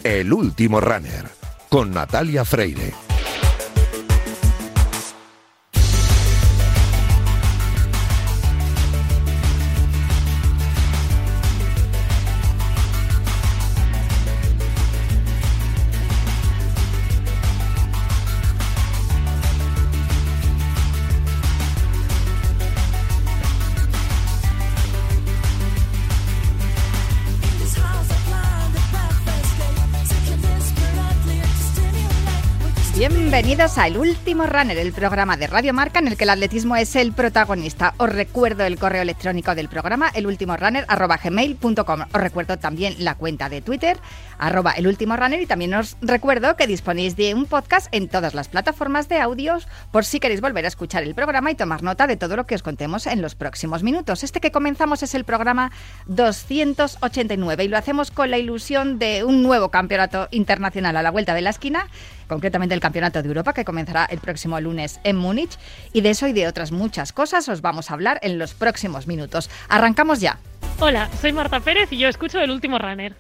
El último runner, con Natalia Freire. Bienvenidos a El Último Runner, el programa de Radio Marca en el que el atletismo es el protagonista. Os recuerdo el correo electrónico del programa, elultimorunner@gmail.com. Os recuerdo también la cuenta de Twitter, @elultimorunner, y también os recuerdo que disponéis de un podcast en todas las plataformas de audios por si queréis volver a escuchar el programa y tomar nota de todo lo que os contemos en los próximos minutos. Este que comenzamos es el programa 289 y lo hacemos con la ilusión de un nuevo campeonato internacional a la vuelta de la esquina, concretamente el Campeonato de Europa, que comenzará el próximo lunes en Múnich, y de eso y de otras muchas cosas os vamos a hablar en los próximos minutos. Arrancamos ya. Hola, soy Marta Pérez y yo escucho El Último Runner.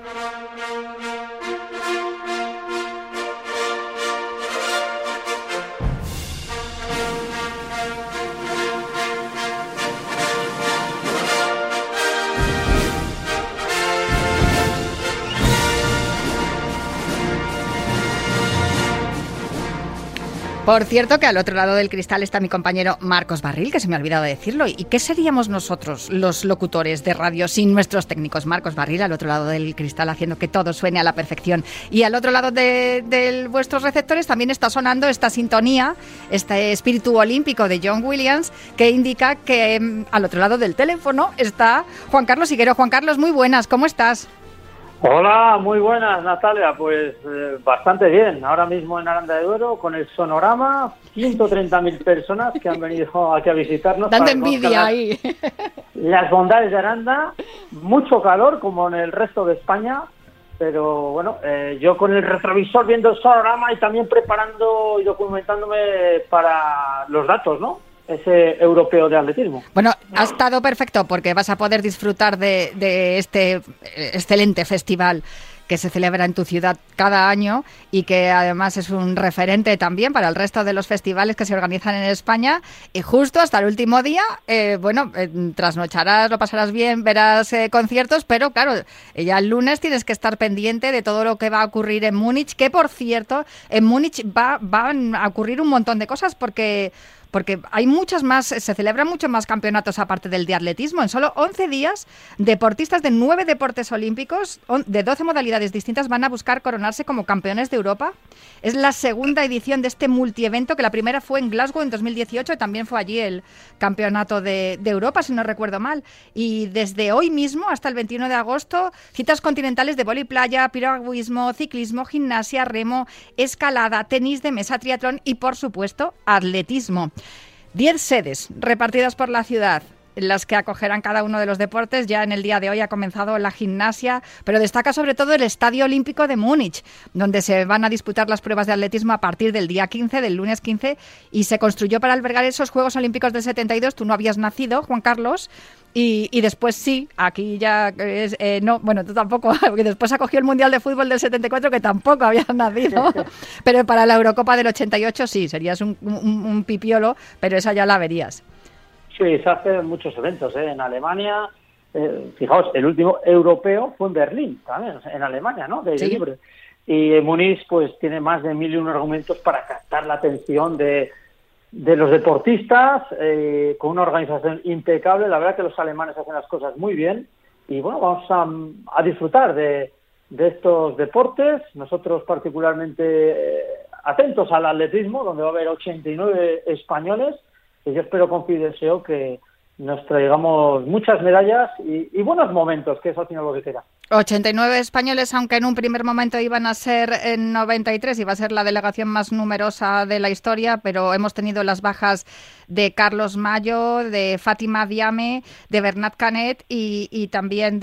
Por cierto, que al otro lado del cristal está mi compañero Marcos Barril, que se me ha olvidado decirlo. ¿Y qué seríamos nosotros, los locutores de radio, sin nuestros técnicos? Marcos Barril, al otro lado del cristal, haciendo que todo suene a la perfección. Y al otro lado de vuestros receptores también está sonando esta sintonía, este espíritu olímpico de John Williams, que indica que al otro lado del teléfono está Juan Carlos Higuero. Juan Carlos, muy buenas, ¿cómo estás? Hola, muy buenas, Natalia. Pues bastante bien. Ahora mismo en Aranda de Duero, con el sonorama, 130.000 personas que han venido aquí a visitarnos. Dando envidia ahí. Las bondades de Aranda, mucho calor como en el resto de España, pero bueno, yo con el retrovisor viendo el sonorama y también preparando y documentándome para los datos, ¿no? Ese europeo de atletismo. Bueno, ha estado perfecto porque vas a poder disfrutar de este excelente festival que se celebra en tu ciudad cada año y que además es un referente también para el resto de los festivales que se organizan en España. Y justo hasta el último día, trasnocharás, lo pasarás bien, verás conciertos, pero claro, ya el lunes tienes que estar pendiente de todo lo que va a ocurrir en Múnich, que por cierto, en Múnich van a ocurrir un montón de cosas porque hay muchas más, se celebran muchos más campeonatos aparte del de atletismo. En solo 11 días, deportistas de 9 deportes olímpicos, de 12 modalidades distintas, van a buscar coronarse como campeones de Europa. Es la segunda edición de este multievento, que la primera fue en Glasgow en 2018, y también fue allí el campeonato de Europa, si no recuerdo mal. Y desde hoy mismo hasta el 21 de agosto, citas continentales de vóley playa, piragüismo, ciclismo, gimnasia, remo, escalada, tenis de mesa, triatlón y, por supuesto, atletismo. 10 sedes repartidas por la ciudad, las que acogerán cada uno de los deportes. Ya en el día de hoy ha comenzado la gimnasia, pero destaca sobre todo el Estadio Olímpico de Múnich, donde se van a disputar las pruebas de atletismo a partir del día 15, del lunes 15, y se construyó para albergar esos Juegos Olímpicos del 72. Tú no habías nacido, Juan Carlos, y después sí, aquí ya no, bueno, tú tampoco, porque después acogió el Mundial de Fútbol del 74, que tampoco habías nacido, pero para la Eurocopa del 88 sí, serías un pipiolo, pero esa ya la verías. Sí, se hacen muchos eventos en Alemania. Fijaos, el último europeo fue en Berlín, también, en Alemania, ¿no? De aire libre. Y Múnich pues tiene más de 1001 argumentos para captar la atención de los deportistas, con una organización impecable. La verdad que los alemanes hacen las cosas muy bien. Y bueno, vamos a disfrutar de estos deportes. Nosotros particularmente atentos al atletismo, donde va a haber 89 españoles. Y yo espero, confío y deseo que nos traigamos muchas medallas y buenos momentos, que es al final lo que queda. 89 españoles, aunque en un primer momento iban a ser 93, iba a ser la delegación más numerosa de la historia, pero hemos tenido las bajas de Carlos Mayo, de Fátima Diame, de Bernat Canet y también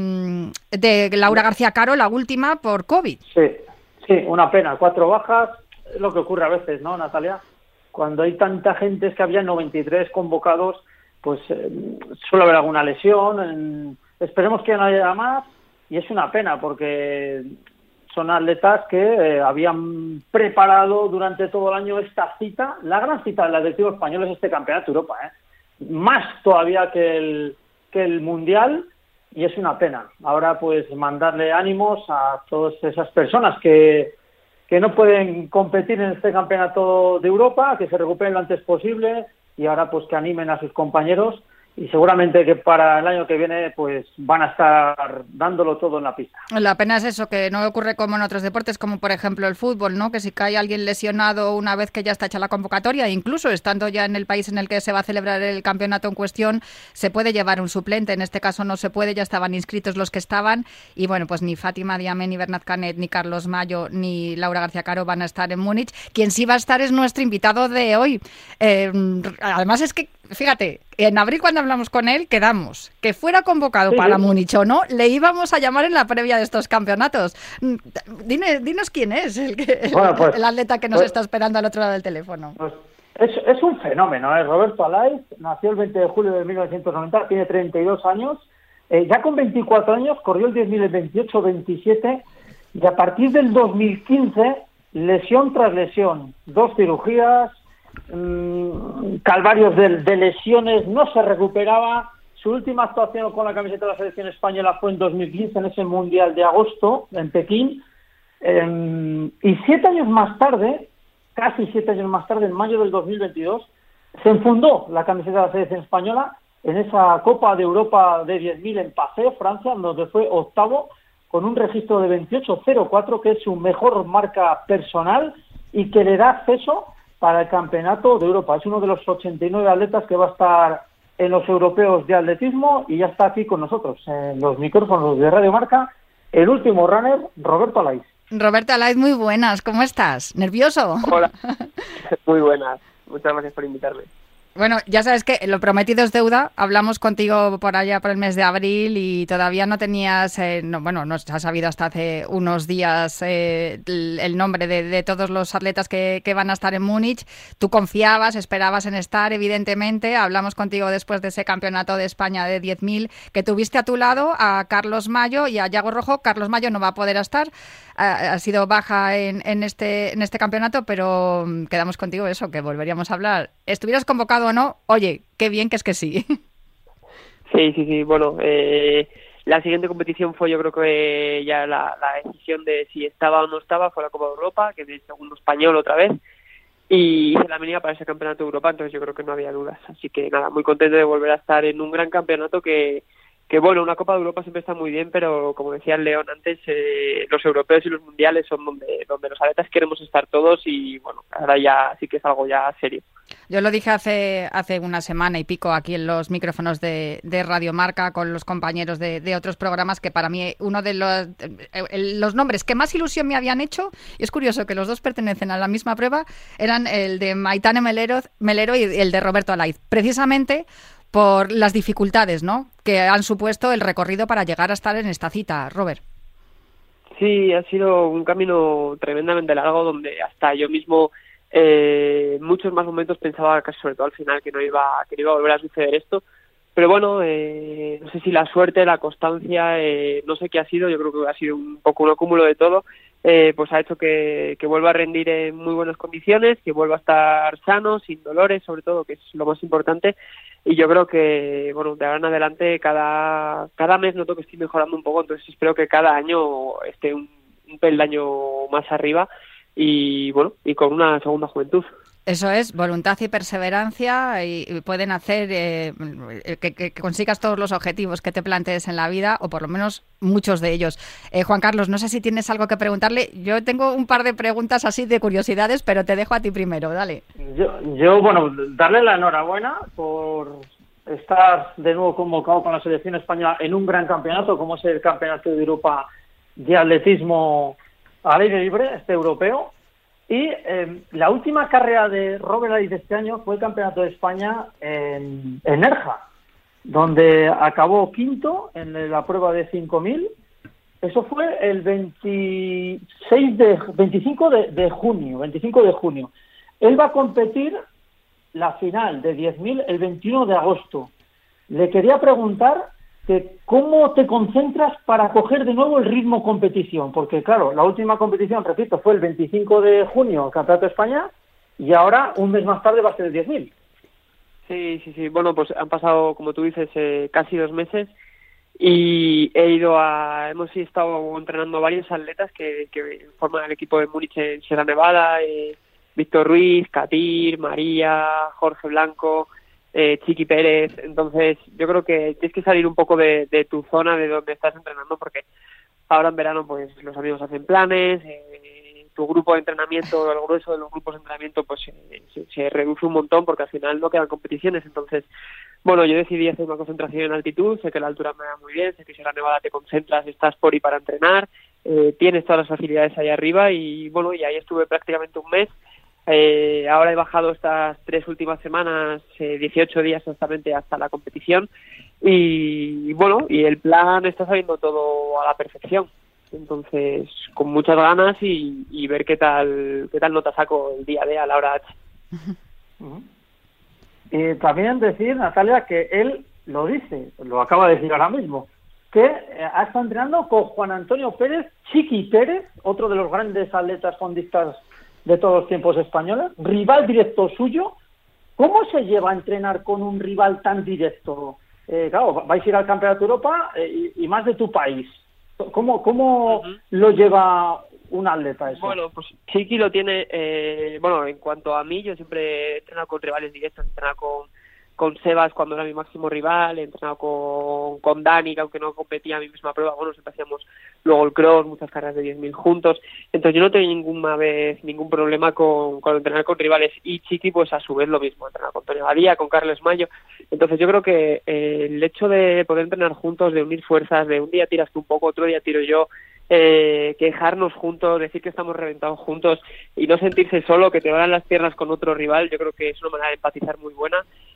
de Laura García Caro, la última, por COVID. Sí, una pena, 4 bajas, es lo que ocurre a veces, ¿no, Natalia? Cuando hay tanta gente, es que había 93 convocados, pues suele haber alguna lesión, esperemos que no haya más, y es una pena porque son atletas que habían preparado durante todo el año esta cita, la gran cita del atletismo español es este Campeonato de Europa, más todavía que el Mundial, y es una pena. Ahora pues mandarle ánimos a todas esas personas que no pueden competir en este Campeonato de Europa, que se recuperen lo antes posible y ahora pues que animen a sus compañeros. Y seguramente que para el año que viene pues van a estar dándolo todo en la pista. La pena es eso, que no ocurre como en otros deportes, como por ejemplo el fútbol, ¿no? Que si cae alguien lesionado una vez que ya está hecha la convocatoria, incluso estando ya en el país en el que se va a celebrar el campeonato en cuestión, se puede llevar un suplente. En este caso no se puede, ya estaban inscritos los que estaban. Y bueno, pues ni Fátima Diamé, ni Bernat Canet, ni Carlos Mayo, ni Laura García Caro van a estar en Múnich. Quien sí va a estar es nuestro invitado de hoy. Además es que, fíjate, en abril cuando hablamos con él quedamos que fuera convocado para Múnich o no, le íbamos a llamar en la previa de estos campeonatos. Dinos quién es el atleta que nos está esperando al otro lado del teléfono. Pues es un fenómeno, Roberto Alaiz, nació el 20 de julio de 1990, tiene 32 años, ya con 24 años corrió el 10.000, el 28, 27, y a partir del 2015, lesión tras lesión, 2 cirugías, calvarios de lesiones, no se recuperaba. Su última actuación con la camiseta de la selección española fue en 2015, en ese Mundial de agosto en Pekín, y 7 años más tarde, casi 7 años más tarde, en mayo del 2022, se enfundó la camiseta de la selección española en esa Copa de Europa de 10.000 en Pacé, Francia, donde fue octavo con un registro de 28.04, que es su mejor marca personal y que le da acceso para el Campeonato de Europa. Es uno de los 89 atletas que va a estar en los europeos de atletismo y ya está aquí con nosotros, en los micrófonos de Radio Marca, el último runner, Roberto Alaiz. Roberto Alaiz, muy buenas, ¿cómo estás? ¿Nervioso? Hola, muy buenas, muchas gracias por invitarme. Bueno, ya sabes que lo prometido es deuda. Hablamos contigo por allá por el mes de abril y todavía no tenías, no has sabido hasta hace unos días el nombre de todos los atletas que van a estar en Múnich. Tú confiabas, esperabas en estar, evidentemente. Hablamos contigo después de ese campeonato de España de 10.000 que tuviste a tu lado a Carlos Mayo y a Yago Rojo. Carlos Mayo no va a poder estar, ha sido baja en este campeonato, pero quedamos contigo eso, que volveríamos a hablar. ¿Estuvieras convocado o no? Oye, qué bien que es que sí. Sí. Bueno, la siguiente competición fue, yo creo que ya la decisión de si estaba o no estaba, fue la Copa de Europa, que es el segundo español otra vez, y hice la venida para ese Campeonato de Europa, entonces yo creo que no había dudas. Así que nada, muy contento de volver a estar en un gran campeonato que bueno, una Copa de Europa siempre está muy bien, pero como decía el León antes, los europeos y los mundiales son donde los atletas queremos estar todos y bueno, ahora ya sí que es algo ya serio. Yo lo dije hace una semana y pico aquí en los micrófonos de Radio Marca con los compañeros de otros programas que para mí uno de los nombres que más ilusión me habían hecho, y es curioso que los dos pertenecen a la misma prueba, eran el de Maitane Melero y el de Roberto Alaiz, precisamente por las dificultades, ¿no?, que han supuesto el recorrido para llegar a estar en esta cita, Robert. Sí, ha sido un camino tremendamente largo donde hasta yo mismo muchos más momentos pensaba, que sobre todo al final, que no iba a volver a suceder esto. Pero bueno, no sé si la suerte, la constancia, no sé qué ha sido, yo creo que ha sido un poco un acúmulo de todo, pues ha hecho que vuelva a rendir en muy buenas condiciones, que vuelva a estar sano, sin dolores, sobre todo, que es lo más importante. Y yo creo que, bueno, de ahora en adelante cada mes noto que estoy mejorando un poco, entonces espero que cada año esté un peldaño más arriba y, bueno, y con una segunda juventud. Eso es, voluntad y perseverancia y pueden hacer que consigas todos los objetivos que te plantees en la vida, o por lo menos muchos de ellos. Juan Carlos, no sé si tienes algo que preguntarle. Yo tengo un par de preguntas así de curiosidades, pero te dejo a ti primero, dale. Yo bueno, darle la enhorabuena por estar de nuevo convocado con la selección española en un gran campeonato, como es el Campeonato de Europa de Atletismo al aire libre, este europeo. Y la última carrera de Robert Alaiz de este año fue el Campeonato de España en Nerja, donde acabó quinto en la prueba de 5.000. Eso fue el 25 de junio. Él va a competir la final de 10.000 el 21 de agosto. Le quería preguntar que ¿cómo te concentras para coger de nuevo el ritmo competición? Porque, claro, la última competición, repito, fue el 25 de junio, el Campeonato de España, y ahora, un mes más tarde, va a ser el 10.000. Sí. Bueno, pues han pasado, como tú dices, casi 2 meses y hemos estado entrenando varios atletas que forman el equipo de Múnich en Sierra Nevada, Víctor Ruiz, Katir, María, Jorge Blanco, Chiqui Pérez. Entonces yo creo que tienes que salir un poco de tu zona, de donde estás entrenando, porque ahora en verano pues los amigos hacen planes, tu grupo de entrenamiento, el grueso de los grupos de entrenamiento pues se reduce un montón porque al final no quedan competiciones. Entonces, bueno, yo decidí hacer una concentración en altitud. Sé que la altura me va muy bien, sé que si en la Nevada te concentras, estás por y para entrenar, tienes todas las facilidades ahí arriba y bueno, y ahí estuve prácticamente un mes. Ahora he bajado estas 3 últimas semanas, 18 días exactamente hasta la competición y bueno, y el plan está saliendo todo a la perfección. Entonces, con muchas ganas y ver qué tal nota saco el día a la hora H. También decir, Natalia, que él lo dice, lo acaba de decir ahora mismo, que ha estado entrenando con Juan Antonio Pérez, Chiqui Pérez, otro de los grandes atletas fondistas de todos los tiempos españoles, rival directo suyo. ¿Cómo se lleva a entrenar con un rival tan directo? Claro, vais a ir al Campeonato de Europa y más de tu país. ¿Cómo lo lleva un atleta eso? Bueno, pues Chiqui lo tiene, en cuanto a mí, yo siempre he entrenado con rivales directos, he entrenado con Sebas cuando era mi máximo rival, he entrenado con Dani, que aunque no competía a mi misma prueba, bueno, siempre hacíamos luego el cross, muchas carreras de 10.000 juntos. Entonces yo no tengo ningún problema con entrenar con rivales, y Chiqui pues a su vez lo mismo, entrenar con Tony Badía, con Carles Mayo. Entonces yo creo que el hecho de poder entrenar juntos, de unir fuerzas, de un día tiras tú un poco, otro día tiro yo, quejarnos juntos, decir que estamos reventados juntos y no sentirse solo, que te van las piernas con otro rival, yo creo que es una manera de empatizar muy buena,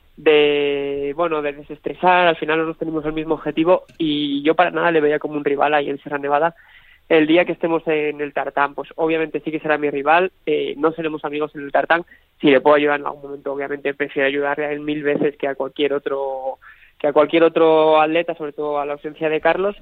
de desestresar. Al final nosotros tenemos el mismo objetivo y yo para nada le veía como un rival ahí en Sierra Nevada. El día que estemos en el tartán, pues obviamente sí que será mi rival, no seremos amigos en el tartán. Si le puedo ayudar en algún momento, obviamente prefiero ayudarle a él 1000 veces que a cualquier otro atleta, sobre todo a la ausencia de Carlos.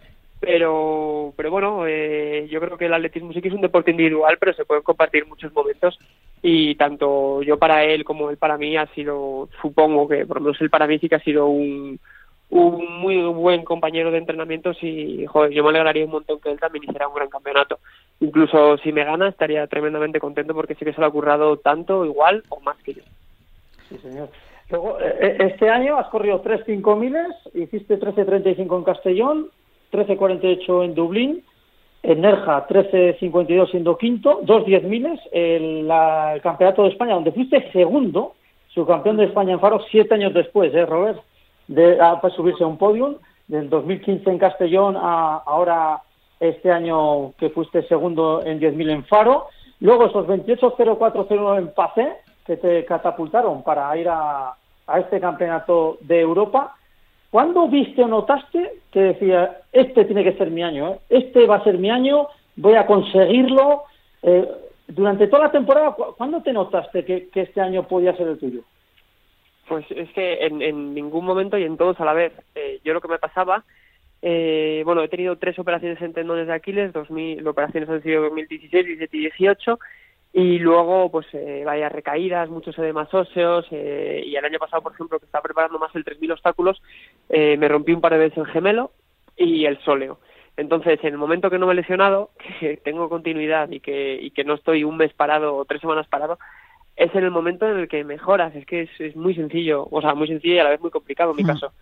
Pero bueno, yo creo que el atletismo sí que es un deporte individual, pero se pueden compartir muchos momentos, y tanto yo para él como él para mí ha sido, supongo que por lo menos él para mí sí que ha sido un muy buen compañero de entrenamientos, y joder, yo me alegraría un montón que él también hiciera un gran campeonato. Incluso si me gana estaría tremendamente contento, porque sí que se lo ha currado tanto, igual o más que yo. Sí, señor. Luego, este año has corrido 3 5.000, hiciste 13.35 en Castellón, 13.48 en Dublín, en Nerja 13.52 siendo quinto, 2 10.000 el Campeonato de España, donde fuiste segundo, subcampeón de España en Faro 7 años después, Robert, de subirse a un podium, del 2015 en Castellón a ahora este año que fuiste segundo en 10.000 en Faro. Luego esos 28.04.09 en Pacé, que te catapultaron para ir a este Campeonato de Europa. ¿Cuándo viste o notaste que decía, este tiene que ser mi año, este va a ser mi año, voy a conseguirlo? Durante toda la temporada, ¿cuándo te notaste que este año podía ser el tuyo? Pues es que en ningún momento y en todos a la vez. Yo lo que me pasaba, he tenido 3 operaciones en tendones de Aquiles, las operaciones han sido 2016, 17 y 18, y luego pues varias recaídas, muchos edemas óseos, y el año pasado, por ejemplo, que estaba preparando más el 3000 obstáculos, me rompí un par de veces el gemelo y el sóleo. Entonces, en el momento que no me he lesionado, que tengo continuidad y que no estoy un mes parado o 3 semanas parado, es en el momento en el que mejoras. Es que es muy sencillo, muy sencillo y a la vez muy complicado en mi caso.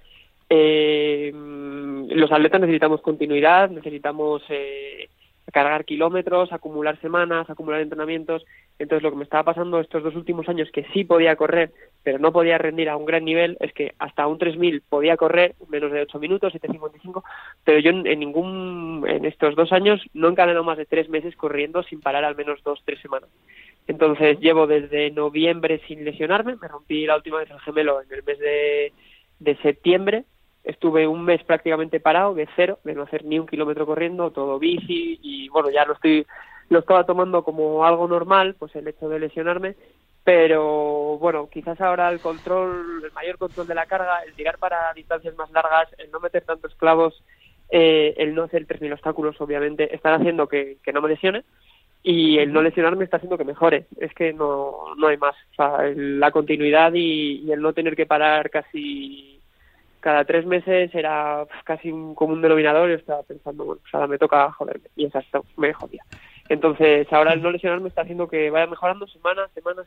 Los atletas necesitamos continuidad, necesitamos cargar kilómetros, acumular semanas, acumular entrenamientos. Entonces lo que me estaba pasando estos 2 últimos años, que sí podía correr, pero no podía rendir a un gran nivel, es que hasta un 3000 podía correr menos de 8 minutos, 7.55, pero yo en estos 2 años no he encadenado más de 3 meses corriendo sin parar al menos 2-3 semanas. Entonces llevo desde noviembre sin lesionarme, me rompí la última vez el gemelo en el mes de septiembre. Estuve un mes prácticamente parado, de cero, de no hacer ni un kilómetro corriendo, todo bici, y bueno, ya lo estaba tomando como algo normal, pues el hecho de lesionarme, pero bueno, quizás ahora el mayor control de la carga, el tirar para distancias más largas, el no meter tantos clavos, el no hacer 3.000 obstáculos, obviamente, están haciendo que no me lesione, y el no lesionarme está haciendo que mejore. Es que no hay más. O sea, la continuidad y el no tener que parar casi cada 3 meses era casi un común denominador. Yo estaba pensando, bueno, pues ahora me toca joderme, y exacto, me jodía. Entonces, ahora el no lesionarme está haciendo que vaya mejorando semana,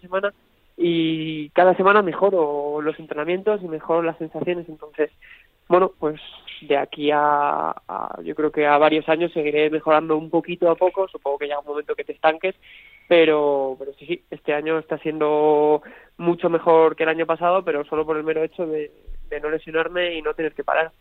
y cada semana mejoro los entrenamientos y mejoro las sensaciones. Entonces, bueno, pues de aquí a yo creo que a varios años seguiré mejorando un poquito a poco. Supongo que llega un momento que te estanques, pero sí, este año está siendo mucho mejor que el año pasado, pero solo por el mero hecho de no lesionarme y no tener que parar.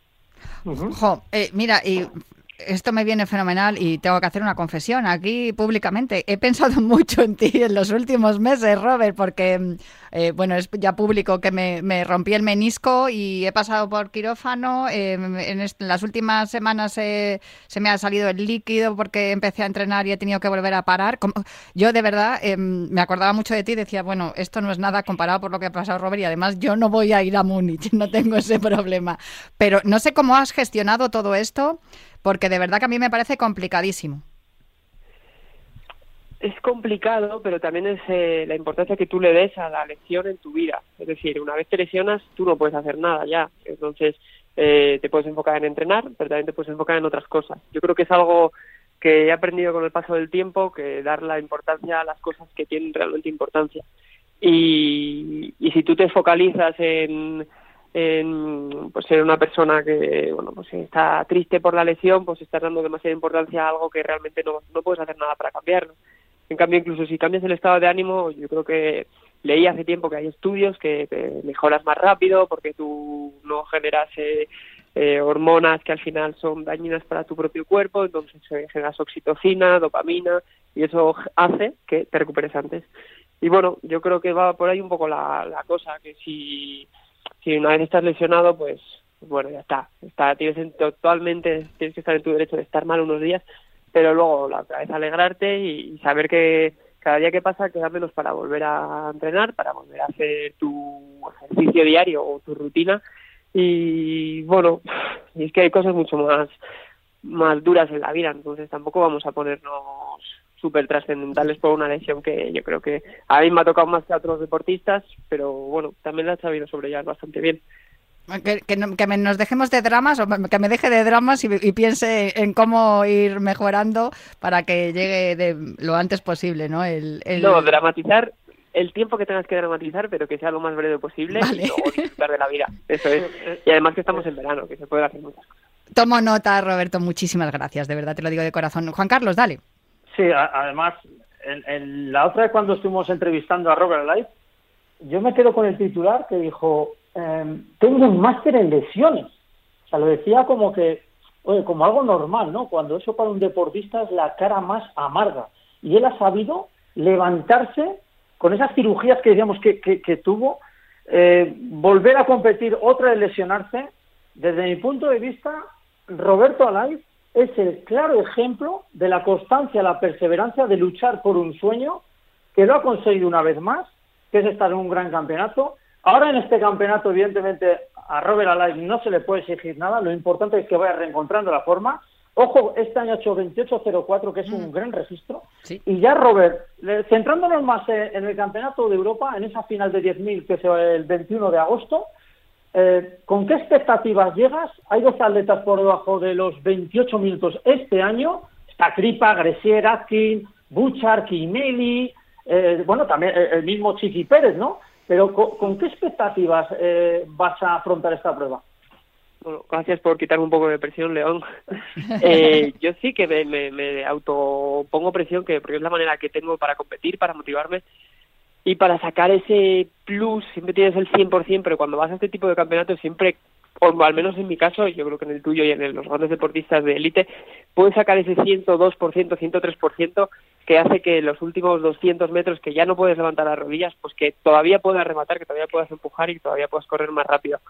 Mira, y esto me viene fenomenal y tengo que hacer una confesión aquí públicamente. He pensado mucho en ti en los últimos meses, Robert, porque bueno, es ya público que me rompí el menisco y he pasado por quirófano. En las últimas semanas se me ha salido el líquido porque empecé a entrenar y he tenido que volver a parar. Yo de verdad me acordaba mucho de ti y decía, bueno, esto no es nada comparado por lo que ha pasado, Robert, y además yo no voy a ir a Múnich, no tengo ese problema. Pero no sé cómo has gestionado todo esto, porque de verdad que a mí me parece complicadísimo. Es complicado, pero también es la importancia que tú le des a la lesión en tu vida. Es decir, una vez te lesionas, tú no puedes hacer nada ya. Entonces, te puedes enfocar en entrenar, pero también te puedes enfocar en otras cosas. Yo creo que es algo que he aprendido con el paso del tiempo, que dar la importancia a las cosas que tienen realmente importancia. Y si tú te focalizas en pues ser una persona que bueno, pues está triste por la lesión, pues estás dando demasiada importancia a algo que realmente no puedes hacer nada para cambiarlo. En cambio, incluso si cambias el estado de ánimo, yo creo que leí hace tiempo que hay estudios que mejoras más rápido porque tú no generas hormonas que al final son dañinas para tu propio cuerpo, entonces generas oxitocina, dopamina, y eso hace que te recuperes antes. Y bueno, yo creo que va por ahí un poco la cosa, que si una vez estás lesionado, pues bueno, ya está, tienes que estar en tu derecho de estar mal unos días, pero luego la otra vez alegrarte y saber que cada día que pasa queda menos para volver a entrenar, para volver a hacer tu ejercicio diario o tu rutina. Y bueno, y es que hay cosas mucho más duras en la vida, entonces tampoco vamos a ponernos súper trascendentales por una lesión que yo creo que a mí me ha tocado más que a otros deportistas, pero bueno, también la he sabido sobrellevar bastante bien. Que nos dejemos de dramas, o que me deje de dramas y piense en cómo ir mejorando para que llegue lo antes posible, ¿no? No, dramatizar el tiempo que tengas que dramatizar, pero que sea lo más breve posible, vale. Y luego disfrutar de la vida. Eso es. Y además que estamos en verano, que se pueden hacer muchas cosas. Tomo nota, Roberto, muchísimas gracias, de verdad te lo digo de corazón. Juan Carlos, dale. Sí, además, en la otra vez cuando estuvimos entrevistando a Robert Alive, yo me quedo con el titular que dijo, tengo un máster en lesiones. O sea, lo decía como que, oye, como algo normal, ¿no? Cuando eso para un deportista es la cara más amarga. Y él ha sabido levantarse con esas cirugías que decíamos que tuvo, volver a competir, otra de lesionarse. Desde mi punto de vista, Roberto Alive es el claro ejemplo de la constancia, la perseverancia de luchar por un sueño, que lo ha conseguido una vez más, que es estar en un gran campeonato. Ahora en este campeonato, evidentemente, a Robert Alive no se le puede exigir nada, lo importante es que vaya reencontrando la forma. Ojo, este año ha hecho 28.04, que es un gran registro. Sí. Y ya, Robert, centrándonos más en el campeonato de Europa, en esa final de 10.000 que es el 21 de agosto, ¿con qué expectativas llegas? Hay 12 atletas por debajo de los 28 minutos este año. Está Kripa, Gressier, Atkin, Buchar, Kimeli, bueno, también el mismo Chiqui Pérez, ¿no? Pero ¿con qué expectativas vas a afrontar esta prueba? Bueno, gracias por quitarme un poco de presión, León. Yo sí que me autopongo presión, porque es la manera que tengo para competir, para motivarme y para sacar ese plus. Siempre tienes el 100%, pero cuando vas a este tipo de campeonatos siempre, o al menos en mi caso, yo creo que en el tuyo y en los grandes deportistas de élite, puedes sacar ese 102%, 103%, que hace que los últimos 200 metros que ya no puedes levantar las rodillas, pues que todavía puedas rematar, que todavía puedas empujar y que todavía puedas correr más rápido.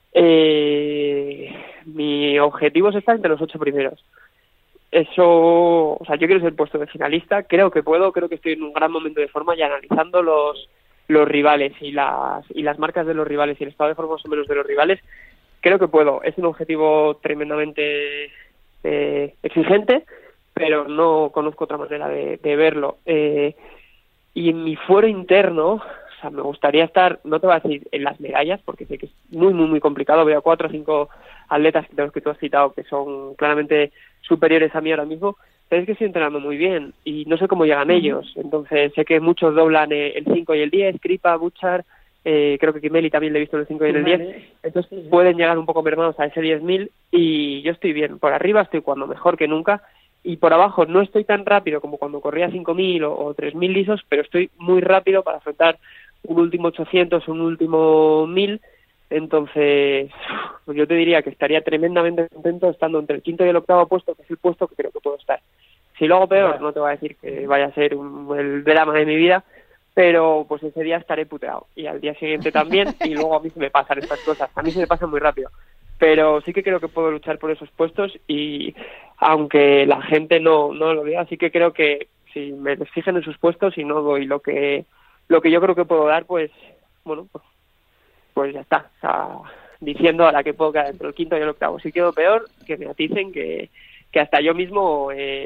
Mi objetivo es estar entre los 8 primeros. Eso, o sea, yo quiero ser puesto de finalista, creo que puedo, creo que estoy en un gran momento de forma, y analizando los los rivales y las marcas de los rivales y el estado de forma más o menos de los rivales, creo que puedo. Es un objetivo tremendamente exigente, pero no conozco otra manera de verlo. Y en mi fuero interno, o sea, me gustaría estar, no te voy a decir en las medallas, porque sé que es muy, muy, muy complicado. Veo 4 o 5 atletas de los que tú has citado que son claramente superiores a mí ahora mismo, pero es que estoy entrenando muy bien y no sé cómo llegan ellos. Entonces sé que muchos doblan el 5 y el 10, Kripa, Butchar, creo que Kimeli también le he visto en el 5 y en el 10, entonces pueden llegar un poco mermados a ese 10.000 y yo estoy bien. Por arriba estoy jugando mejor que nunca y por abajo no estoy tan rápido como cuando corría 5.000 o 3.000 lisos, pero estoy muy rápido para afrontar un último 800, un último 1.000. Entonces, pues yo te diría que estaría tremendamente contento estando entre el 5º y el 8º puesto, que es el puesto que creo que puedo estar. Si lo hago peor, no te voy a decir que vaya a ser el drama de mi vida, pero pues ese día estaré puteado y al día siguiente también, y luego a mí se me pasan estas cosas, a mí se me pasan muy rápido. Pero sí que creo que puedo luchar por esos puestos y aunque la gente no lo vea, sí que creo que si me fijan en sus puestos y no doy lo que yo creo que puedo dar, pues bueno, pues ya está. O sea, diciendo a la que puedo quedar entre el 5º y el 8º. Si quedo peor, que me aticen que hasta yo mismo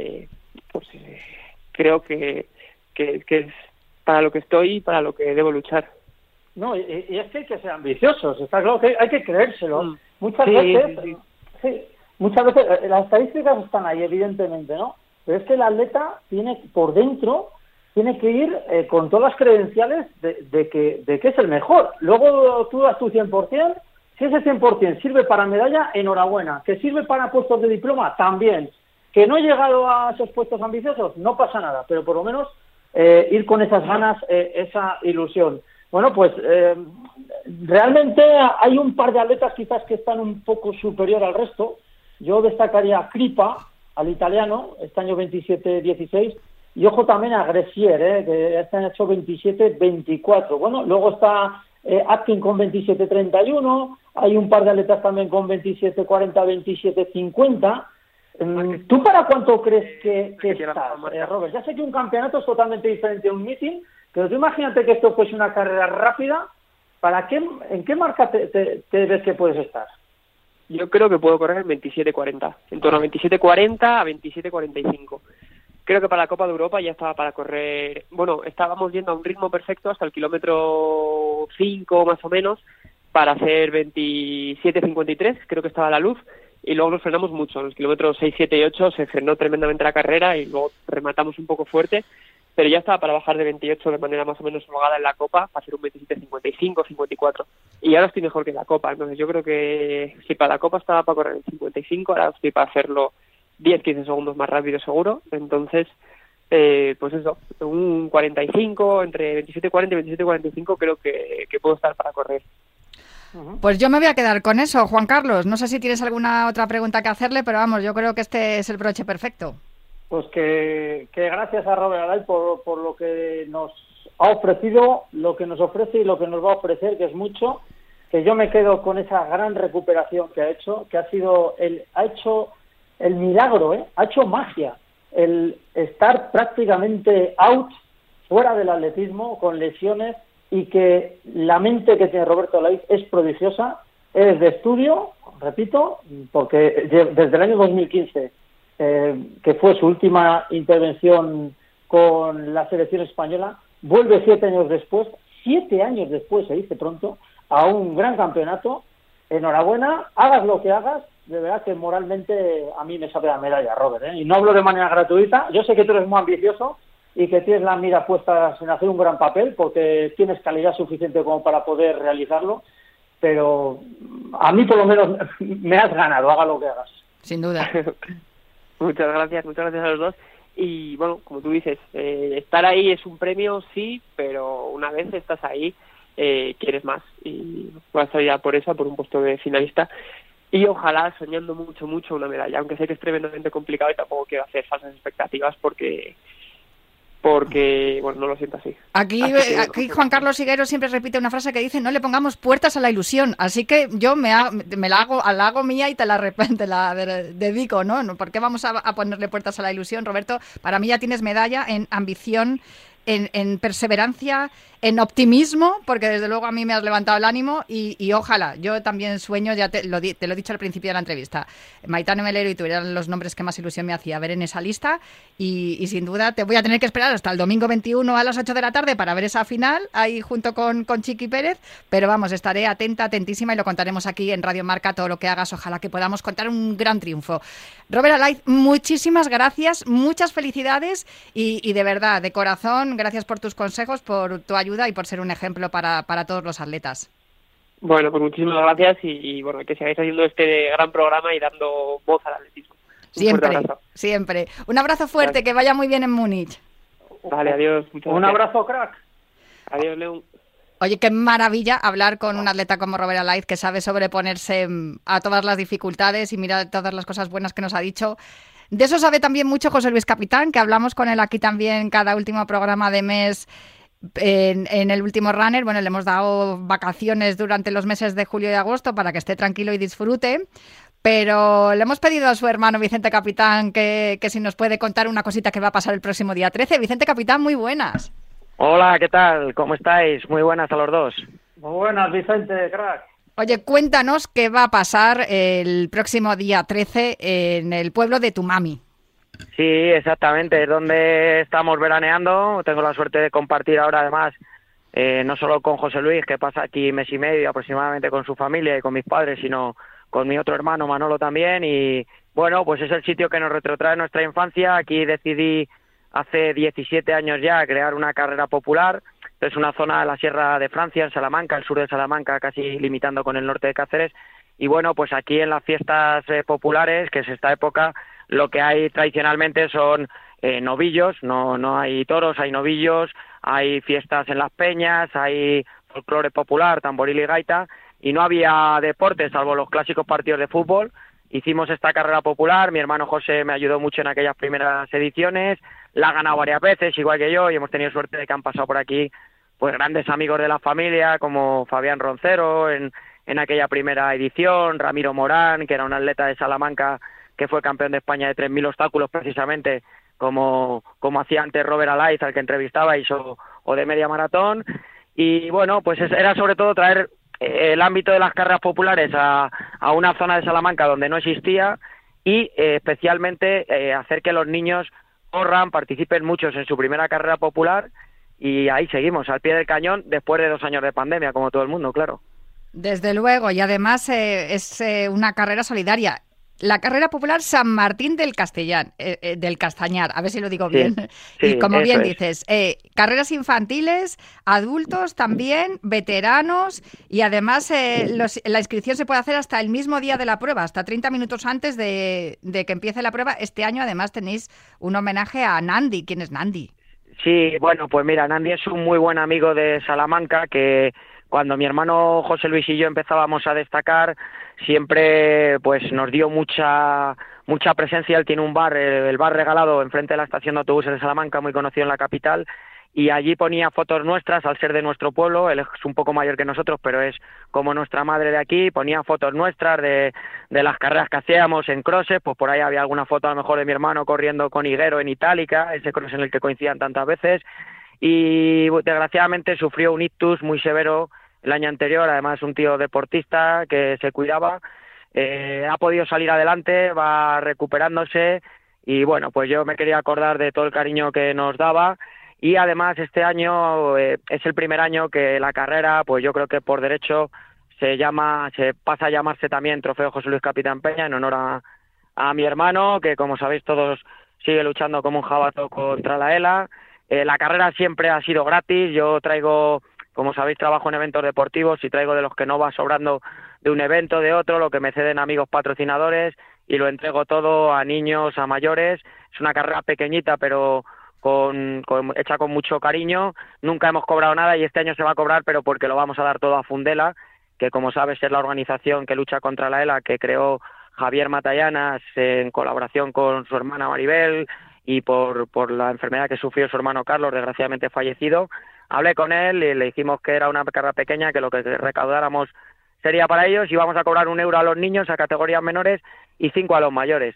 creo que es para lo que estoy y para lo que debo luchar. No, y es que hay que ser ambiciosos, está claro que hay que creérselo. Muchas veces las estadísticas están ahí, evidentemente, ¿no? Pero es que el atleta tiene por dentro, tiene que ir con todas las credenciales de que es el mejor. Luego tú das tu 100%, si ese 100% sirve para medalla, enhorabuena. Que sirve para puestos de diploma, también. Que no he llegado a esos puestos ambiciosos, no pasa nada, pero por lo menos ir con esas ganas, esa ilusión. Bueno, pues realmente hay un par de atletas quizás que están un poco superior al resto. Yo destacaría a Kripa, al italiano, este año 27-16, y ojo también a Gressier, que este año ha hecho 27-24. Bueno, luego está Atkin con 27-31, hay un par de atletas también con 27-40, 27-50. ¿Tú para cuánto crees que estás, Robert? Ya sé que un campeonato es totalmente diferente a un meeting, pero tú imagínate que esto fuese una carrera rápida, ¿en qué marca te ves que puedes estar? Yo creo que puedo correr en 27-40, en torno a 27-40 a 27-45. Creo que para la Copa de Europa ya estaba para correr, bueno, estábamos yendo a un ritmo perfecto hasta el kilómetro 5 más o menos, para hacer 27-53, creo que estaba a la luz, y luego nos frenamos mucho, en los kilómetros 6, 7 y 8 se frenó tremendamente la carrera y luego rematamos un poco fuerte, pero ya estaba para bajar de 28 de manera más o menos holgada en la Copa, para hacer un 27-55, 54, y ahora estoy mejor que en la Copa. Entonces yo creo que si para la Copa estaba para correr en 55, ahora estoy para hacerlo 10-15 segundos más rápido seguro. Entonces pues eso, un 45, entre 27-40 y 27-45 creo que puedo estar para correr. Pues yo me voy a quedar con eso, Juan Carlos. No sé si tienes alguna otra pregunta que hacerle, pero vamos, yo creo que este es el broche perfecto. Pues que gracias a Robert Alay por lo que nos ha ofrecido, lo que nos ofrece y lo que nos va a ofrecer, que es mucho, que yo me quedo con esa gran recuperación que ha hecho, que ha hecho el milagro, ha hecho magia, el estar prácticamente out, fuera del atletismo, con lesiones, y que la mente que tiene Roberto Alay es prodigiosa, es de estudio, repito, porque desde el año 2015, que fue su última intervención con la selección española, vuelve 7 años después, se dice pronto, a un gran campeonato. Enhorabuena, hagas lo que hagas, de verdad que moralmente a mí me sabe la medalla, Robert, y no hablo de manera gratuita. Yo sé que tú eres muy ambicioso y que tienes la mira puesta en hacer un gran papel, porque tienes calidad suficiente como para poder realizarlo, pero a mí por lo menos me has ganado, haga lo que hagas. Sin duda. Muchas gracias a los dos. Y bueno, como tú dices, estar ahí es un premio, sí, pero una vez estás ahí, quieres más. Y vas a ir a por esa, por un puesto de finalista. Y ojalá, soñando mucho, mucho, una medalla. Aunque sé que es tremendamente complicado y tampoco quiero hacer falsas expectativas porque bueno, no lo siento así. Aquí Juan Carlos Higuero siempre repite una frase que dice: no le pongamos puertas a la ilusión. Así que yo la hago mía y te la dedico, ¿no? ¿Por qué vamos a ponerle puertas a la ilusión, Roberto? Para mí ya tienes medalla en ambición en perseverancia, en optimismo, porque desde luego a mí me has levantado el ánimo y ojalá, yo también sueño, ya te lo he dicho al principio de la entrevista, Maitane Melero y tú eran los nombres que más ilusión me hacía ver en esa lista y sin duda te voy a tener que esperar hasta el domingo 21 a las 8 de la tarde para ver esa final, ahí junto con Chiqui Pérez, pero vamos, estaré atenta, atentísima y lo contaremos aquí en Radio Marca, todo lo que hagas, ojalá que podamos contar un gran triunfo. Robert Alaiz, muchísimas gracias, muchas felicidades y de verdad, de corazón, gracias por tus consejos, por tu ayuda y por ser un ejemplo para todos los atletas. Bueno, pues muchísimas gracias y bueno, que sigáis haciendo este gran programa y dando voz al atletismo. Siempre, siempre. Un abrazo fuerte, gracias. Que vaya muy bien en Múnich. Vale, adiós. Un abrazo, crack. Adiós, León. Oye, qué maravilla hablar con un atleta como Robert Alaiz, que sabe sobreponerse a todas las dificultades y mirar todas las cosas buenas que nos ha dicho. De eso sabe también mucho José Luis Capitán, que hablamos con él aquí también cada último programa de mes en el último runner. Bueno, le hemos dado vacaciones durante los meses de julio y agosto para que esté tranquilo y disfrute. Pero le hemos pedido a su hermano Vicente Capitán que si nos puede contar una cosita que va a pasar el próximo día 13. Vicente Capitán, muy buenas. Hola, ¿qué tal? ¿Cómo estáis? Muy buenas a los dos. Muy buenas, Vicente, crack. Oye, cuéntanos qué va a pasar el próximo día 13 en el pueblo de tu mami. Sí, exactamente, es donde estamos veraneando. Tengo la suerte de compartir ahora, además, no solo con José Luis, que pasa aquí mes y medio aproximadamente con su familia y con mis padres, sino con mi otro hermano Manolo también. Y bueno, pues es el sitio que nos retrotrae nuestra infancia. Aquí decidí hace 17 años ya crear una carrera popular. Es una zona de la Sierra de Francia, en Salamanca, el sur de Salamanca, casi limitando con el norte de Cáceres. Y bueno, pues aquí en las fiestas populares, que es esta época, lo que hay tradicionalmente son novillos, no hay toros, hay novillos, hay fiestas en las peñas, hay folclore popular, tamboril y gaita, y no había deporte salvo los clásicos partidos de fútbol. Hicimos esta carrera popular, mi hermano José me ayudó mucho en aquellas primeras ediciones, la ha ganado varias veces, igual que yo, y hemos tenido suerte de que han pasado por aquí pues grandes amigos de la familia, como Fabián Roncero en aquella primera edición, Ramiro Morán, que era un atleta de Salamanca que fue campeón de España de 3.000 obstáculos precisamente, como hacía antes Robert Alaiz, al que entrevistabais, o de media maratón. Y bueno, pues era sobre todo traer el ámbito de las carreras populares a una zona de Salamanca donde no existía y especialmente hacer que los niños corran, participen muchos en su primera carrera popular, y ahí seguimos, al pie del cañón, después de 2 años de pandemia, como todo el mundo, claro. Desde luego, y además es una carrera solidaria. La carrera popular San Martín del Castañar, a ver si lo digo bien. Sí, y como bien dices, carreras infantiles, adultos también, veteranos, y además la inscripción se puede hacer hasta el mismo día de la prueba, hasta 30 minutos antes de que empiece la prueba. Este año además tenéis un homenaje a Nandi. ¿Quién es Nandi? Sí, bueno, pues mira, Nandi es un muy buen amigo de Salamanca que cuando mi hermano José Luis y yo empezábamos a destacar, siempre pues nos dio mucha presencia. Él tiene un bar, el Bar Regalado, enfrente de la estación de autobuses de Salamanca, muy conocido en la capital, y allí ponía fotos nuestras, al ser de nuestro pueblo. Él es un poco mayor que nosotros, pero es como nuestra madre de aquí. Ponía fotos nuestras de las carreras que hacíamos en crosses, pues por ahí había alguna foto a lo mejor de mi hermano corriendo con Higuero en Itálica, ese cross en el que coincidían tantas veces, y desgraciadamente sufrió un ictus muy severo el año anterior. Además, un tío deportista que se cuidaba, ha podido salir adelante, va recuperándose, y bueno, pues yo me quería acordar de todo el cariño que nos daba. Y además este año es el primer año que la carrera, pues yo creo que por derecho se pasa a llamarse también Trofeo José Luis Capitán Peña, en honor a mi hermano, que como sabéis todos sigue luchando como un jabato contra la ELA. La carrera siempre ha sido gratis. Yo traigo, como sabéis, trabajo en eventos deportivos y traigo de los que no va sobrando de un evento, de otro, lo que me ceden amigos patrocinadores, y lo entrego todo a niños, a mayores. Es una carrera pequeñita, pero hecha con mucho cariño. Nunca hemos cobrado nada y este año se va a cobrar, pero porque lo vamos a dar todo a Fundela, que como sabes es la organización que lucha contra la ELA, que creó Javier Matallanas en colaboración con su hermana Maribel, y por la enfermedad que sufrió su hermano Carlos, desgraciadamente fallecido. Hablé con él y le dijimos que era una carrera pequeña, que lo que recaudáramos sería para ellos, y vamos a cobrar 1 euro a los niños, a categorías menores, y 5 a los mayores.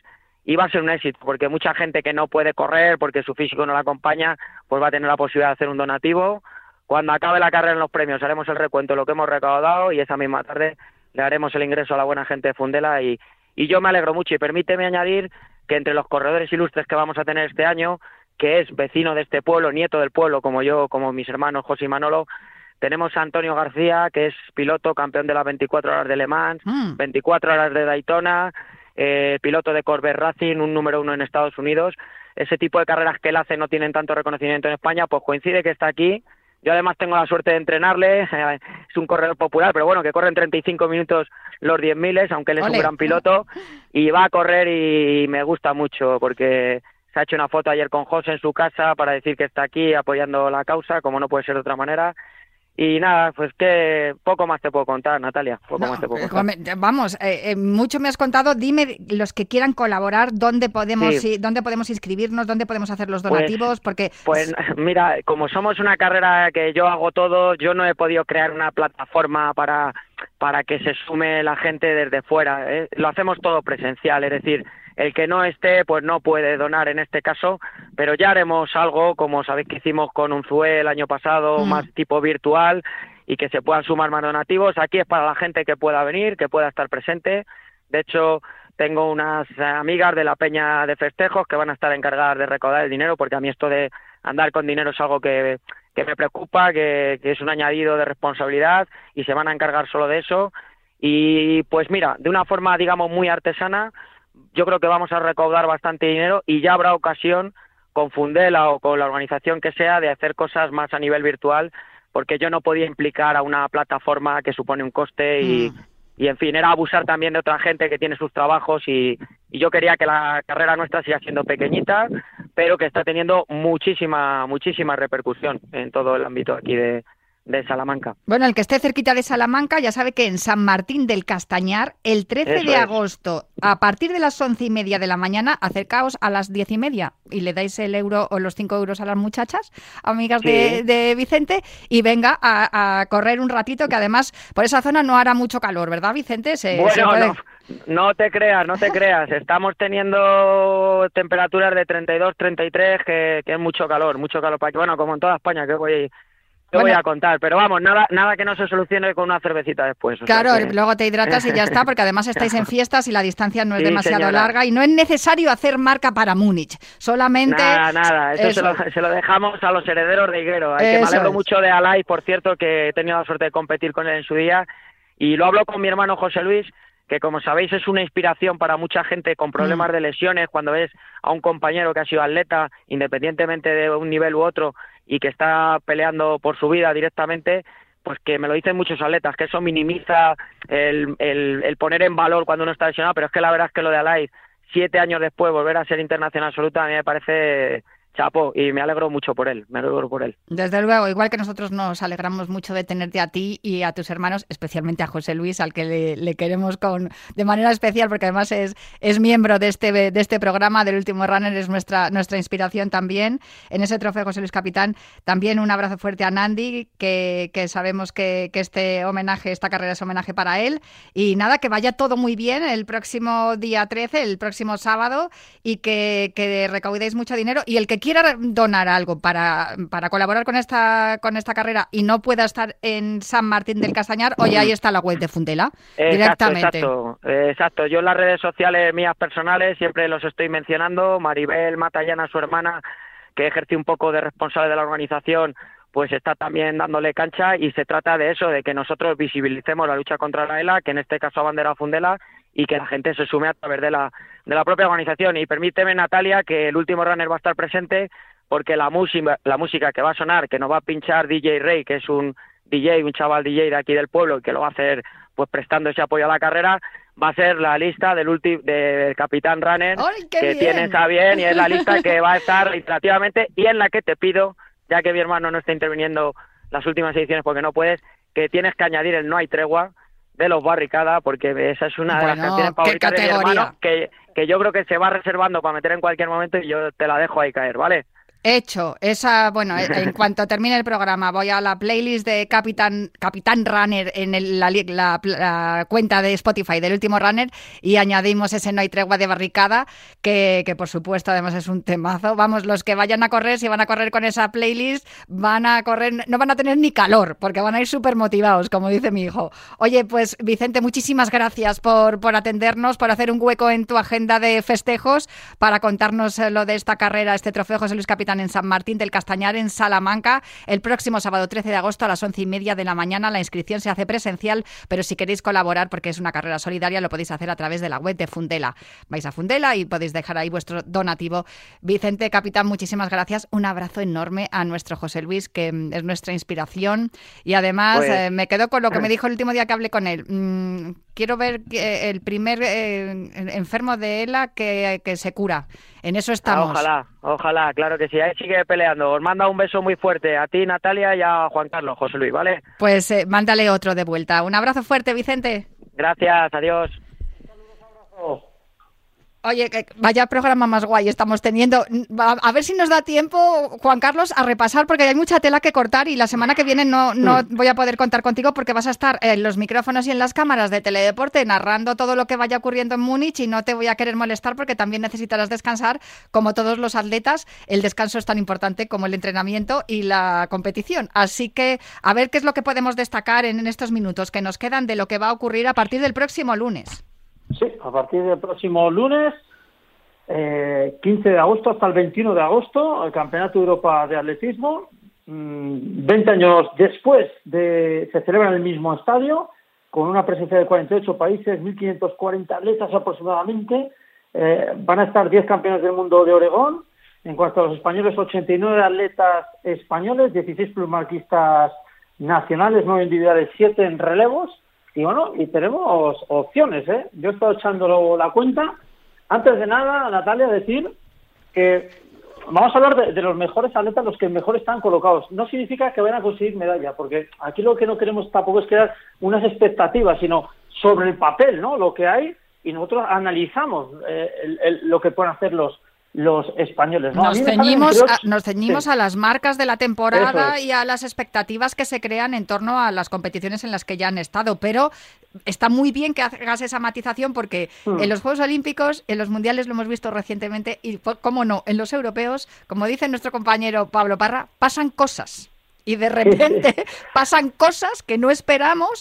y va a ser un éxito, porque mucha gente que no puede correr, porque su físico no la acompaña, pues va a tener la posibilidad de hacer un donativo. Cuando acabe la carrera en los premios haremos el recuento de lo que hemos recaudado y esa misma tarde le haremos el ingreso a la buena gente de Fundela y yo me alegro mucho. Y permíteme añadir que entre los corredores ilustres que vamos a tener este año, que es vecino de este pueblo, nieto del pueblo, como yo, como mis hermanos José y Manolo, tenemos a Antonio García, que es piloto, campeón de las 24 horas de Le Mans, 24 horas de Daytona, piloto de Corvette Racing, un número 1 en Estados Unidos. Ese tipo de carreras que él hace no tienen tanto reconocimiento en España, pues coincide que está aquí. Yo además tengo la suerte de entrenarle, es un corredor popular, pero bueno, que corre en 35 minutos los 10.000, aunque él es un gran piloto, y va a correr y me gusta mucho, porque se ha hecho una foto ayer con José en su casa para decir que está aquí apoyando la causa, como no puede ser de otra manera. Y nada, pues que poco más te puedo contar, Natalia, más te puedo contar. Vamos, mucho me has contado. Dime, los que quieran colaborar, ¿dónde podemos inscribirnos? ¿Dónde podemos hacer los donativos? Pues mira, como somos una carrera que yo hago todo, yo no he podido crear una plataforma para que se sume la gente desde fuera. Lo hacemos todo presencial, es decir, el que no esté, pues no puede donar en este caso, pero ya haremos algo, como sabéis que hicimos con Unzué el año pasado, más tipo virtual, y que se puedan sumar más donativos. Aquí es para la gente que pueda venir, que pueda estar presente. De hecho, tengo unas amigas de la Peña de Festejos que van a estar encargadas de recaudar el dinero, porque a mí esto de andar con dinero es algo que me preocupa, que es un añadido de responsabilidad, y se van a encargar solo de eso. Y pues mira, de una forma, digamos, muy artesana, yo creo que vamos a recaudar bastante dinero y ya habrá ocasión con Fundela o con la organización que sea de hacer cosas más a nivel virtual, porque yo no podía implicar a una plataforma que supone un coste y en fin, era abusar también de otra gente que tiene sus trabajos y yo quería que la carrera nuestra siga siendo pequeñita, pero que está teniendo muchísima repercusión en todo el ámbito aquí de Salamanca. Bueno, el que esté cerquita de Salamanca ya sabe que en San Martín del Castañar, el 13 de agosto, a partir de las 11:30 de la mañana, acercaos a las 10:30 y le dais el euro o los 5 euros a las muchachas, amigas de Vicente, y venga a correr un ratito, que además por esa zona no hará mucho calor, ¿verdad, Vicente? No te creas. Estamos teniendo temperaturas de 32, 33, que es mucho calor. Bueno, como en toda España, que voy a contar, pero vamos, nada que no se solucione con una cervecita después. Claro, luego te hidratas y ya está, porque además estáis en fiestas y la distancia no es demasiado larga y no es necesario hacer marca para Múnich, solamente... Nada, eso se lo dejamos a los herederos de Higuero. Me alegro mucho de Alay, por cierto, que he tenido la suerte de competir con él en su día, y lo hablo con mi hermano José Luis, que como sabéis es una inspiración para mucha gente con problemas de lesiones, cuando ves a un compañero que ha sido atleta, independientemente de un nivel u otro, y que está peleando por su vida directamente, pues que me lo dicen muchos atletas, que eso minimiza el poner en valor cuando uno está lesionado, pero es que la verdad es que lo de Alay, 7 años después, volver a ser internacional absoluta, a mí me parece... chapó, y me alegro mucho por él, Desde luego, igual que nosotros nos alegramos mucho de tenerte a ti y a tus hermanos, especialmente a José Luis, al que le queremos de manera especial, porque además es miembro de este programa del Último Runner, es nuestra inspiración también en ese trofeo José Luis Capitán. También un abrazo fuerte a Nandi, que sabemos que esta carrera es homenaje para él, y nada, que vaya todo muy bien el próximo día 13, el próximo sábado, y que recaudéis mucho dinero, y el que quiera donar algo para colaborar con esta carrera y no pueda estar en San Martín del Castañar, oye, ahí está la web de Fundela, directamente. Exacto. Yo en las redes sociales mías personales siempre los estoy mencionando. Maribel Matallana, su hermana, que ejerce un poco de responsable de la organización, pues está también dándole cancha, y se trata de eso, de que nosotros visibilicemos la lucha contra la ELA, que en este caso abandera Fundela, y que la gente se sume a través de la propia organización. Y permíteme, Natalia, que el Último Runner va a estar presente, porque la música que va a sonar, que nos va a pinchar DJ Rey, que es un chaval DJ de aquí del pueblo, que lo va a hacer pues prestando ese apoyo a la carrera, va a ser la lista del Capitán Runner, que tienes a bien, y es la lista que va a estar reiterativamente, y en la que te pido, ya que mi hermano no está interviniendo las últimas ediciones porque no puedes, que tienes que añadir el No hay tregua de los Barricada, porque esa es una de las canciones favoritas de mi hermano, que yo creo que se va reservando para meter en cualquier momento, y yo te la dejo ahí caer, ¿vale? Hecho. En cuanto termine el programa voy a la playlist de Capitán Runner en la cuenta de Spotify del Último Runner y añadimos ese No hay tregua de barricada, que por supuesto además es un temazo. Vamos, los que vayan a correr, si van a correr con esa playlist, van a correr, no van a tener ni calor, porque van a ir súper motivados, como dice mi hijo. Oye, pues Vicente, muchísimas gracias por atendernos, por hacer un hueco en tu agenda de festejos para contarnos lo de esta carrera, este trofeo José Luis Capitán en San Martín del Castañar, en Salamanca, el próximo sábado 13 de agosto a las 11:30 de la mañana. La inscripción se hace presencial, pero si queréis colaborar, porque es una carrera solidaria, lo podéis hacer a través de la web de Fundela. Vais a Fundela y podéis dejar ahí vuestro donativo. Vicente, capitán, muchísimas gracias. Un abrazo enorme a nuestro José Luis, que es nuestra inspiración. Y además me quedo con lo que me dijo el último día que hablé con él. Quiero ver el primer enfermo de ELA que se cura. En eso estamos. Ojalá, claro que sí. Ahí sigue peleando. Os manda un beso muy fuerte a ti, Natalia, y a Juan Carlos, José Luis, ¿vale? Pues mándale otro de vuelta. Un abrazo fuerte, Vicente. Gracias, adiós. Oye, vaya programa más guay estamos teniendo. A ver si nos da tiempo, Juan Carlos, a repasar, porque hay mucha tela que cortar y la semana que viene no voy a poder contar contigo porque vas a estar en los micrófonos y en las cámaras de Teledeporte narrando todo lo que vaya ocurriendo en Múnich y no te voy a querer molestar porque también necesitarás descansar, como todos los atletas. El descanso es tan importante como el entrenamiento y la competición. Así que a ver qué es lo que podemos destacar en estos minutos que nos quedan de lo que va a ocurrir a partir del próximo lunes. Sí, a partir del próximo lunes, 15 de agosto hasta el 21 de agosto, el Campeonato de Europa de Atletismo. 20 años después se celebra en el mismo estadio, con una presencia de 48 países, 1.540 atletas aproximadamente. Van a estar 10 campeones del mundo de Oregón. En cuanto a los españoles, 89 atletas españoles, 16 plusmarquistas nacionales, 9 individuales, 7 en relevos. Y bueno, y tenemos opciones, ¿eh? Yo he estado echándolo la cuenta. Antes de nada, Natalia, decir que vamos a hablar de los mejores atletas, los que mejor están colocados. No significa que vayan a conseguir medalla, porque aquí lo que no queremos tampoco es crear unas expectativas, sino sobre el papel, ¿no? Lo que hay, y nosotros analizamos lo que pueden hacer los españoles, ¿no? Nos ceñimos a las marcas de la temporada y a las expectativas que se crean en torno a las competiciones en las que ya han estado, pero está muy bien que hagas esa matización porque en los Juegos Olímpicos, en los Mundiales lo hemos visto recientemente y, cómo no, en los europeos, como dice nuestro compañero Pablo Parra, pasan cosas. Y de repente pasan cosas que no esperamos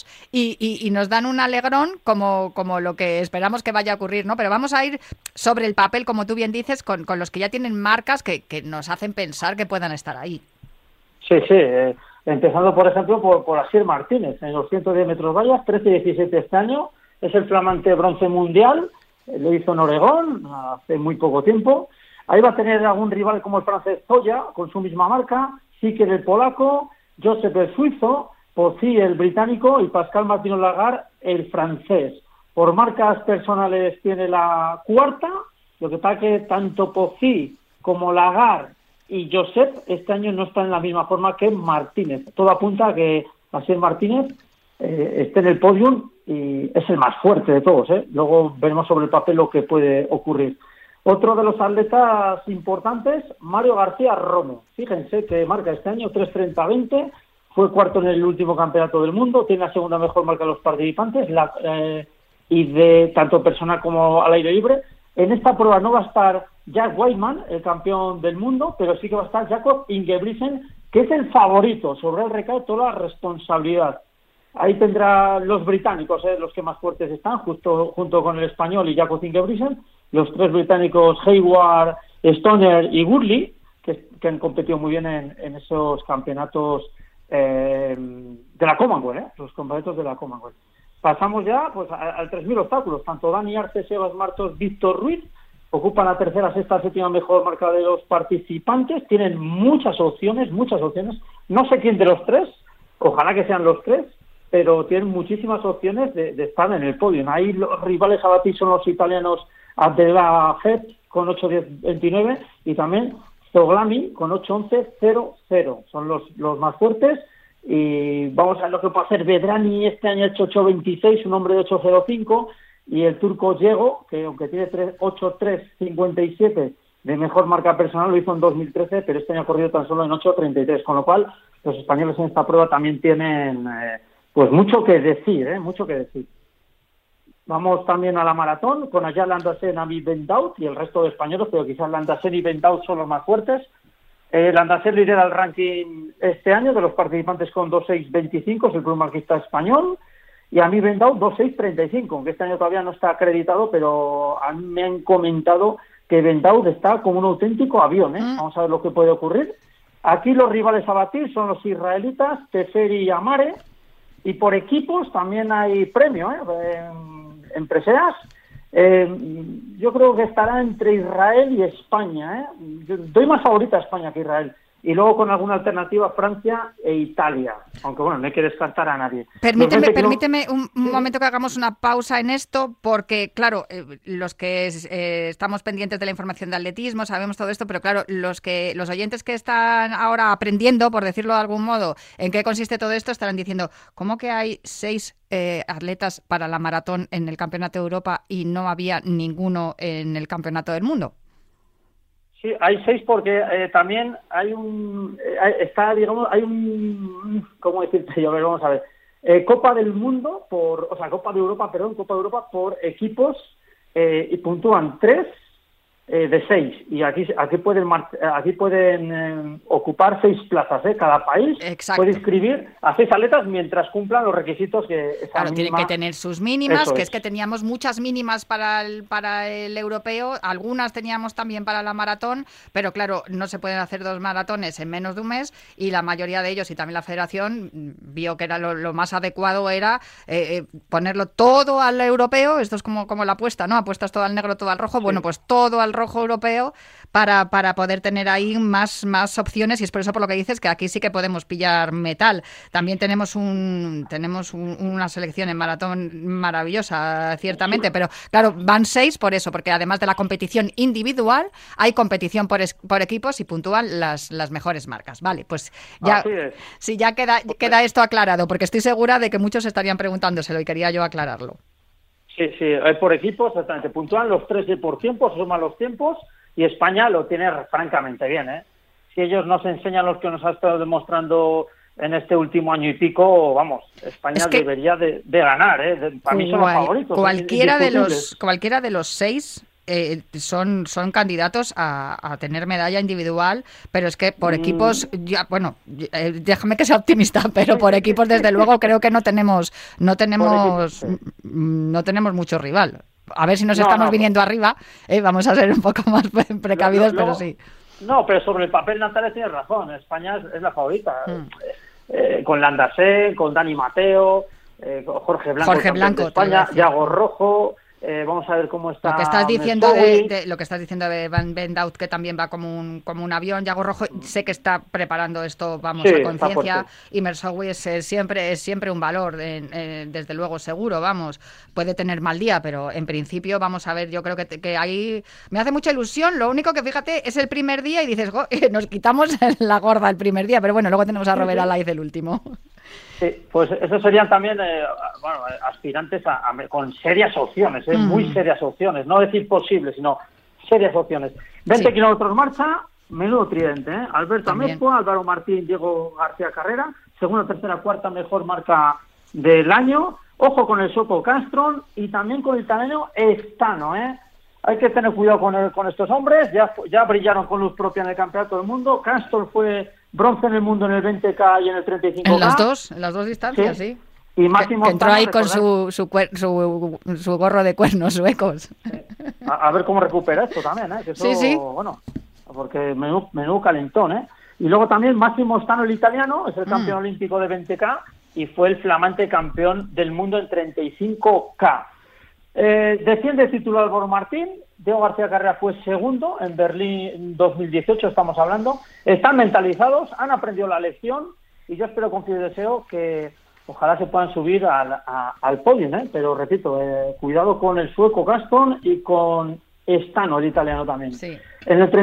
y nos dan un alegrón como lo que esperamos que vaya a ocurrir, ¿no? Pero vamos a ir sobre el papel, como tú bien dices, con los que ya tienen marcas que nos hacen pensar que puedan estar ahí. Sí. Empezando, por ejemplo, por Asier Martínez, en los 110 metros vallas, 13-17 este año. Es el flamante bronce mundial. Lo hizo en Oregón hace muy poco tiempo. Ahí va a tener algún rival como el francés Zoya, con su misma marca. Siker el polaco, Josep el suizo, Pozzi el británico y Pascal Martino Lagarde el francés. Por marcas personales tiene la cuarta, lo que pasa que tanto Pozzi como Lagarde y Josep este año no están en la misma forma que Martínez. Todo apunta a que Asier Martínez esté en el podium y es el más fuerte de todos, ¿eh? Luego veremos sobre el papel lo que puede ocurrir. Otro de los atletas importantes, Mario García Romo. Fíjense que marca este año 3:30:20, fue cuarto en el último campeonato del mundo, tiene la segunda mejor marca de los participantes, y de tanto personal como al aire libre. En esta prueba no va a estar Jack Weidman, el campeón del mundo, pero sí que va a estar Jakob Ingebrigtsen, que es el favorito. Sobre él recae toda la responsabilidad. Ahí tendrá los británicos, los que más fuertes están, junto con el español y Jakob Ingebrigtsen. Los tres británicos Hayward, Stoner y Gurley, que han competido muy bien en esos campeonatos de la Commonwealth, los campeonatos de la Commonwealth. Pasamos ya pues al 3.000 obstáculos. Tanto Dani Arce, Sebas Martos, Víctor Ruiz ocupan la tercera, sexta, séptima mejor marca de los participantes. Tienen muchas opciones. No sé quién de los tres, ojalá que sean los tres, pero tienen muchísimas opciones de estar en el podio. Ahí los rivales a batir son los italianos Abdella Head con 8:10:29 y también Zoglami con 8:11:00. Son los más fuertes. Y vamos a ver lo que puede hacer Vedrani. Este año ha hecho 8:26, un hombre de 8:05, y el turco Diego, que aunque tiene 8:3:57 de mejor marca personal lo hizo en 2013, pero este año ha corrido tan solo en 8:33, con lo cual los españoles en esta prueba también tienen pues mucho que decir, mucho que decir. Vamos también a la maratón con Ayala Landasen, Ami Bendaut y el resto de españoles, pero quizás Landasen y Bendaut son los más fuertes. Landasen lidera el ranking este año de los participantes con 2:6:25, es el primer marquista español, y Ami Bendaut 2:6:35, aunque este año todavía no está acreditado, pero me han comentado que Bendaut está como un auténtico avión, Vamos a ver lo que puede ocurrir. Aquí los rivales a batir son los israelitas, Teferi y Amare, y por equipos también hay premio, en preseas. Yo creo que estará entre Israel y España, Yo doy más favorita a España que Israel. Y luego con alguna alternativa Francia e Italia, aunque bueno, no hay que descartar a nadie. Permíteme un momento que hagamos una pausa en esto, porque claro, los que estamos pendientes de la información de atletismo sabemos todo esto, pero claro, los oyentes que están ahora aprendiendo, por decirlo de algún modo, en qué consiste todo esto, estarán diciendo, ¿cómo que hay 6 atletas para la maratón en el Campeonato de Europa y no había ninguno en el Campeonato del Mundo? Sí, hay 6 porque también hay ¿cómo decirte yo? A ver, vamos a ver. Copa del Mundo Copa de Europa por equipos y puntúan 3 de 6 y aquí pueden ocupar 6 plazas, cada país. Exacto. Puede inscribir a 6 atletas mientras cumplan los requisitos que claro, tienen que tener sus mínimas, que es que teníamos muchas mínimas para el europeo, algunas teníamos también para la maratón, pero claro, no se pueden hacer 2 maratones en menos de un mes y la mayoría de ellos y también la federación vio que era lo más adecuado era ponerlo todo al europeo. Esto es como la apuesta, ¿no? Apuestas todo al negro, todo al rojo. Sí. Bueno, pues todo al rojo europeo para poder tener ahí más opciones, y es por eso por lo que dices que aquí sí que podemos pillar metal. También tenemos una selección en maratón maravillosa, ciertamente, pero claro, van 6 por eso, porque además de la competición individual hay competición por equipos y puntúan las mejores marcas. Vale, pues ya sí, ya queda esto aclarado, porque estoy segura de que muchos estarían preguntándoselo y quería yo aclararlo. Sí, por equipos, exactamente. Puntúan los 3 por tiempos, suman los tiempos, y España lo tiene francamente bien, Si ellos nos enseñan los que nos ha estado demostrando en este último año y pico, vamos, España debería de ganar, Para mí son los favoritos. Cualquiera de los 6 son candidatos a tener medalla individual, pero es que por equipos, déjame que sea optimista, pero por equipos desde luego creo que no tenemos mucho rival. A ver si nos estamos viniendo arriba, vamos a ser un poco más precavidos, pero sí. No, pero sobre el papel, Natalia, tienes razón, España es la favorita. Con Landasen, con Dani Mateo, Jorge Blanco de España, Yago Rojo. Vamos a ver cómo está. Lo que estás diciendo de Van Bendaut, que también va como un avión. Yago Rojo, sé que está preparando esto, a conciencia. Y Mersowi es siempre un valor, desde luego, seguro, vamos. Puede tener mal día, pero en principio, vamos a ver, yo creo que ahí me hace mucha ilusión. Lo único que, fíjate, es el primer día y dices, nos quitamos la gorda el primer día, pero bueno, luego tenemos a Robert Alaiz el último. Sí, pues esos serían también aspirantes con serias opciones, muy serias opciones, no decir posibles, sino serias opciones. 20 kilómetros marcha, menudo tridente, Alberto Amezcua, Álvaro Martín, Diego García Carrera, segunda, tercera, cuarta mejor marca del año. Ojo con el sueco Castron y también con el italiano Estano, Hay que tener cuidado con estos hombres, ya brillaron con luz propia en el Campeonato del Mundo. Castron fue bronce en el mundo en el 20K y en el 35K. En las dos distancias, sí. Y Máximo que entró ahí con su gorro de cuernos suecos. A ver cómo recupera esto también, que eso, sí. Bueno, porque menú calentón, Y luego también Máximo Stano, el italiano, es el campeón olímpico de 20K y fue el flamante campeón del mundo en 35K. Defiende titular Álvaro Martín. Diego García Carrera fue segundo en Berlín 2018, estamos hablando. Están mentalizados, han aprendido la lección y yo espero, confío y deseo que ojalá se puedan subir al podio, pero repito, cuidado con el sueco Gaston y con Estano, el italiano también. Sí. En el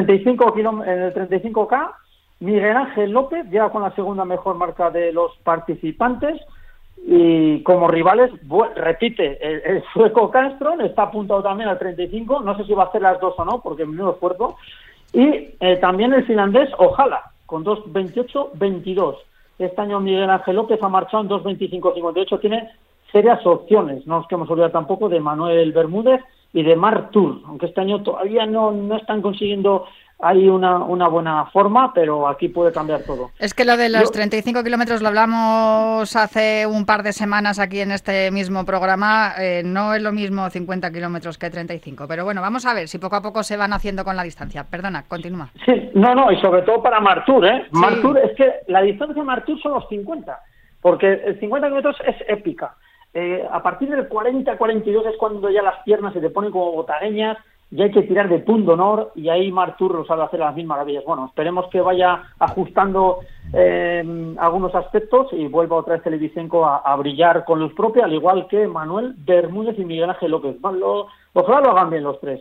35K, Miguel Ángel López llega con la segunda mejor marca de los participantes. Y como rivales, repite, el sueco Castron está apuntado también al 35, no sé si va a hacer las dos o no, porque menudo esfuerzo. Y también el finlandés Ojalá, con 2.28.22. Este año Miguel Ángel López ha marchado en 2.25.58, tiene serias opciones. No nos queremos olvidar tampoco de Manuel Bermúdez y de Marc Tour, aunque este año todavía no están consiguiendo ahí una buena forma, pero aquí puede cambiar todo. Es que lo de los 35 kilómetros lo hablamos hace un par de semanas aquí en este mismo programa, no es lo mismo 50 kilómetros que 35, pero bueno, vamos a ver si poco a poco se van haciendo con la distancia. Perdona, continúa. Sí, no, y sobre todo para Marc Tour, ¿eh? Sí. Marc Tour, es que la distancia de Marc Tour son los 50, porque el 50 kilómetros es épica. A partir del 40-42 es cuando ya las piernas se te ponen como botagueñas, y hay que tirar de punto honor, y ahí Marc Tour lo sabe hacer las mil maravillas. Bueno, esperemos que vaya ajustando algunos aspectos y vuelva otra vez Televisenko a brillar con luz propia, al igual que Manuel Bermúdez y Miguel Ángel López. Ojalá lo hagan bien los tres.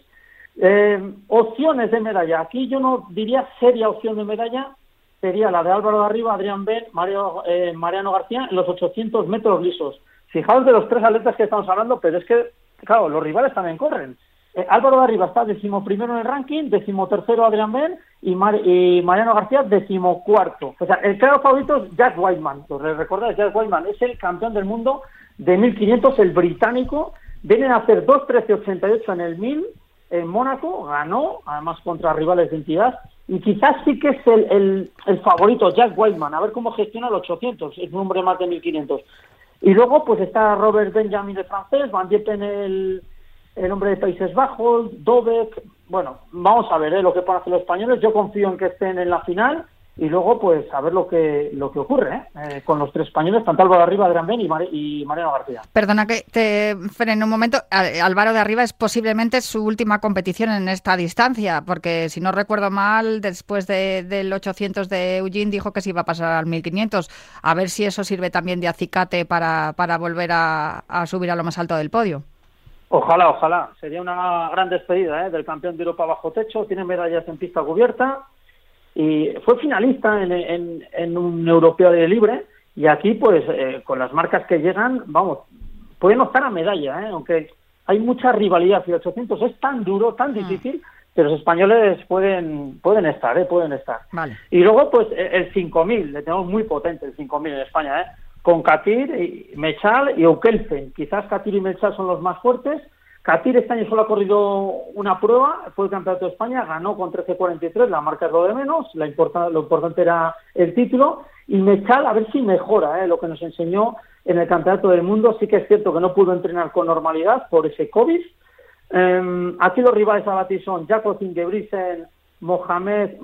Opciones de medalla. Aquí yo no diría seria opción de medalla, sería la de Álvaro de Arriba, Adrián Ben, Mariano García en los 800 metros lisos. Fijaos de los tres atletas que estamos hablando, pero es que, claro, los rivales también corren. Álvaro de Arriba está 11º en el ranking, 13º Adrián Ben y Mariano García 14º. O sea, el claro favorito es Jack Whiteman. ¿Os recordáis? Jack Whiteman es el campeón del mundo de 1500, el británico. Vienen a hacer 2:13.88 en el 1000 en Mónaco, ganó, además contra rivales de entidad, y quizás sí que es el favorito, Jack Whiteman, a ver cómo gestiona el 800, es un hombre más de 1500. Y luego pues está Robert Benjamin, el francés, Van Diepen, el hombre de Países Bajos, Dobek. Bueno, vamos a ver lo que pueden hacer los españoles. Yo confío en que estén en la final y luego pues a ver lo que ocurre con los tres españoles, tanto Álvaro de Arriba, Adrián Ben y Mariano García. Perdona que te frene un momento. Álvaro de Arriba es posiblemente su última competición en esta distancia, porque si no recuerdo mal, después del 800 de Eugene dijo que se iba a pasar al 1500. A ver si eso sirve también de acicate para volver a subir a lo más alto del podio. Ojalá. Sería una gran despedida del campeón de Europa bajo techo. Tiene medallas en pista cubierta y fue finalista en un europeo de libre. Y aquí, pues, con las marcas que llegan, vamos, pueden optar a medalla, aunque hay mucha rivalidad. Y el 800 es tan duro, tan difícil, que los españoles pueden estar, pueden estar. Vale. Y luego, pues, el 5000, le tenemos muy potente el 5000 en España, con Katir, Mechal y Eukelfen. Quizás Katir y Mechal son los más fuertes. Katir este año solo ha corrido una prueba, fue el campeonato de España, ganó con 13.43, la marca es lo de menos, lo importante era el título. Y Mechal, a ver si mejora lo que nos enseñó en el campeonato del mundo. Sí que es cierto que no pudo entrenar con normalidad por ese COVID. Aquí los rivales a batir son Jakob Ingebrigtsen, Mohamed,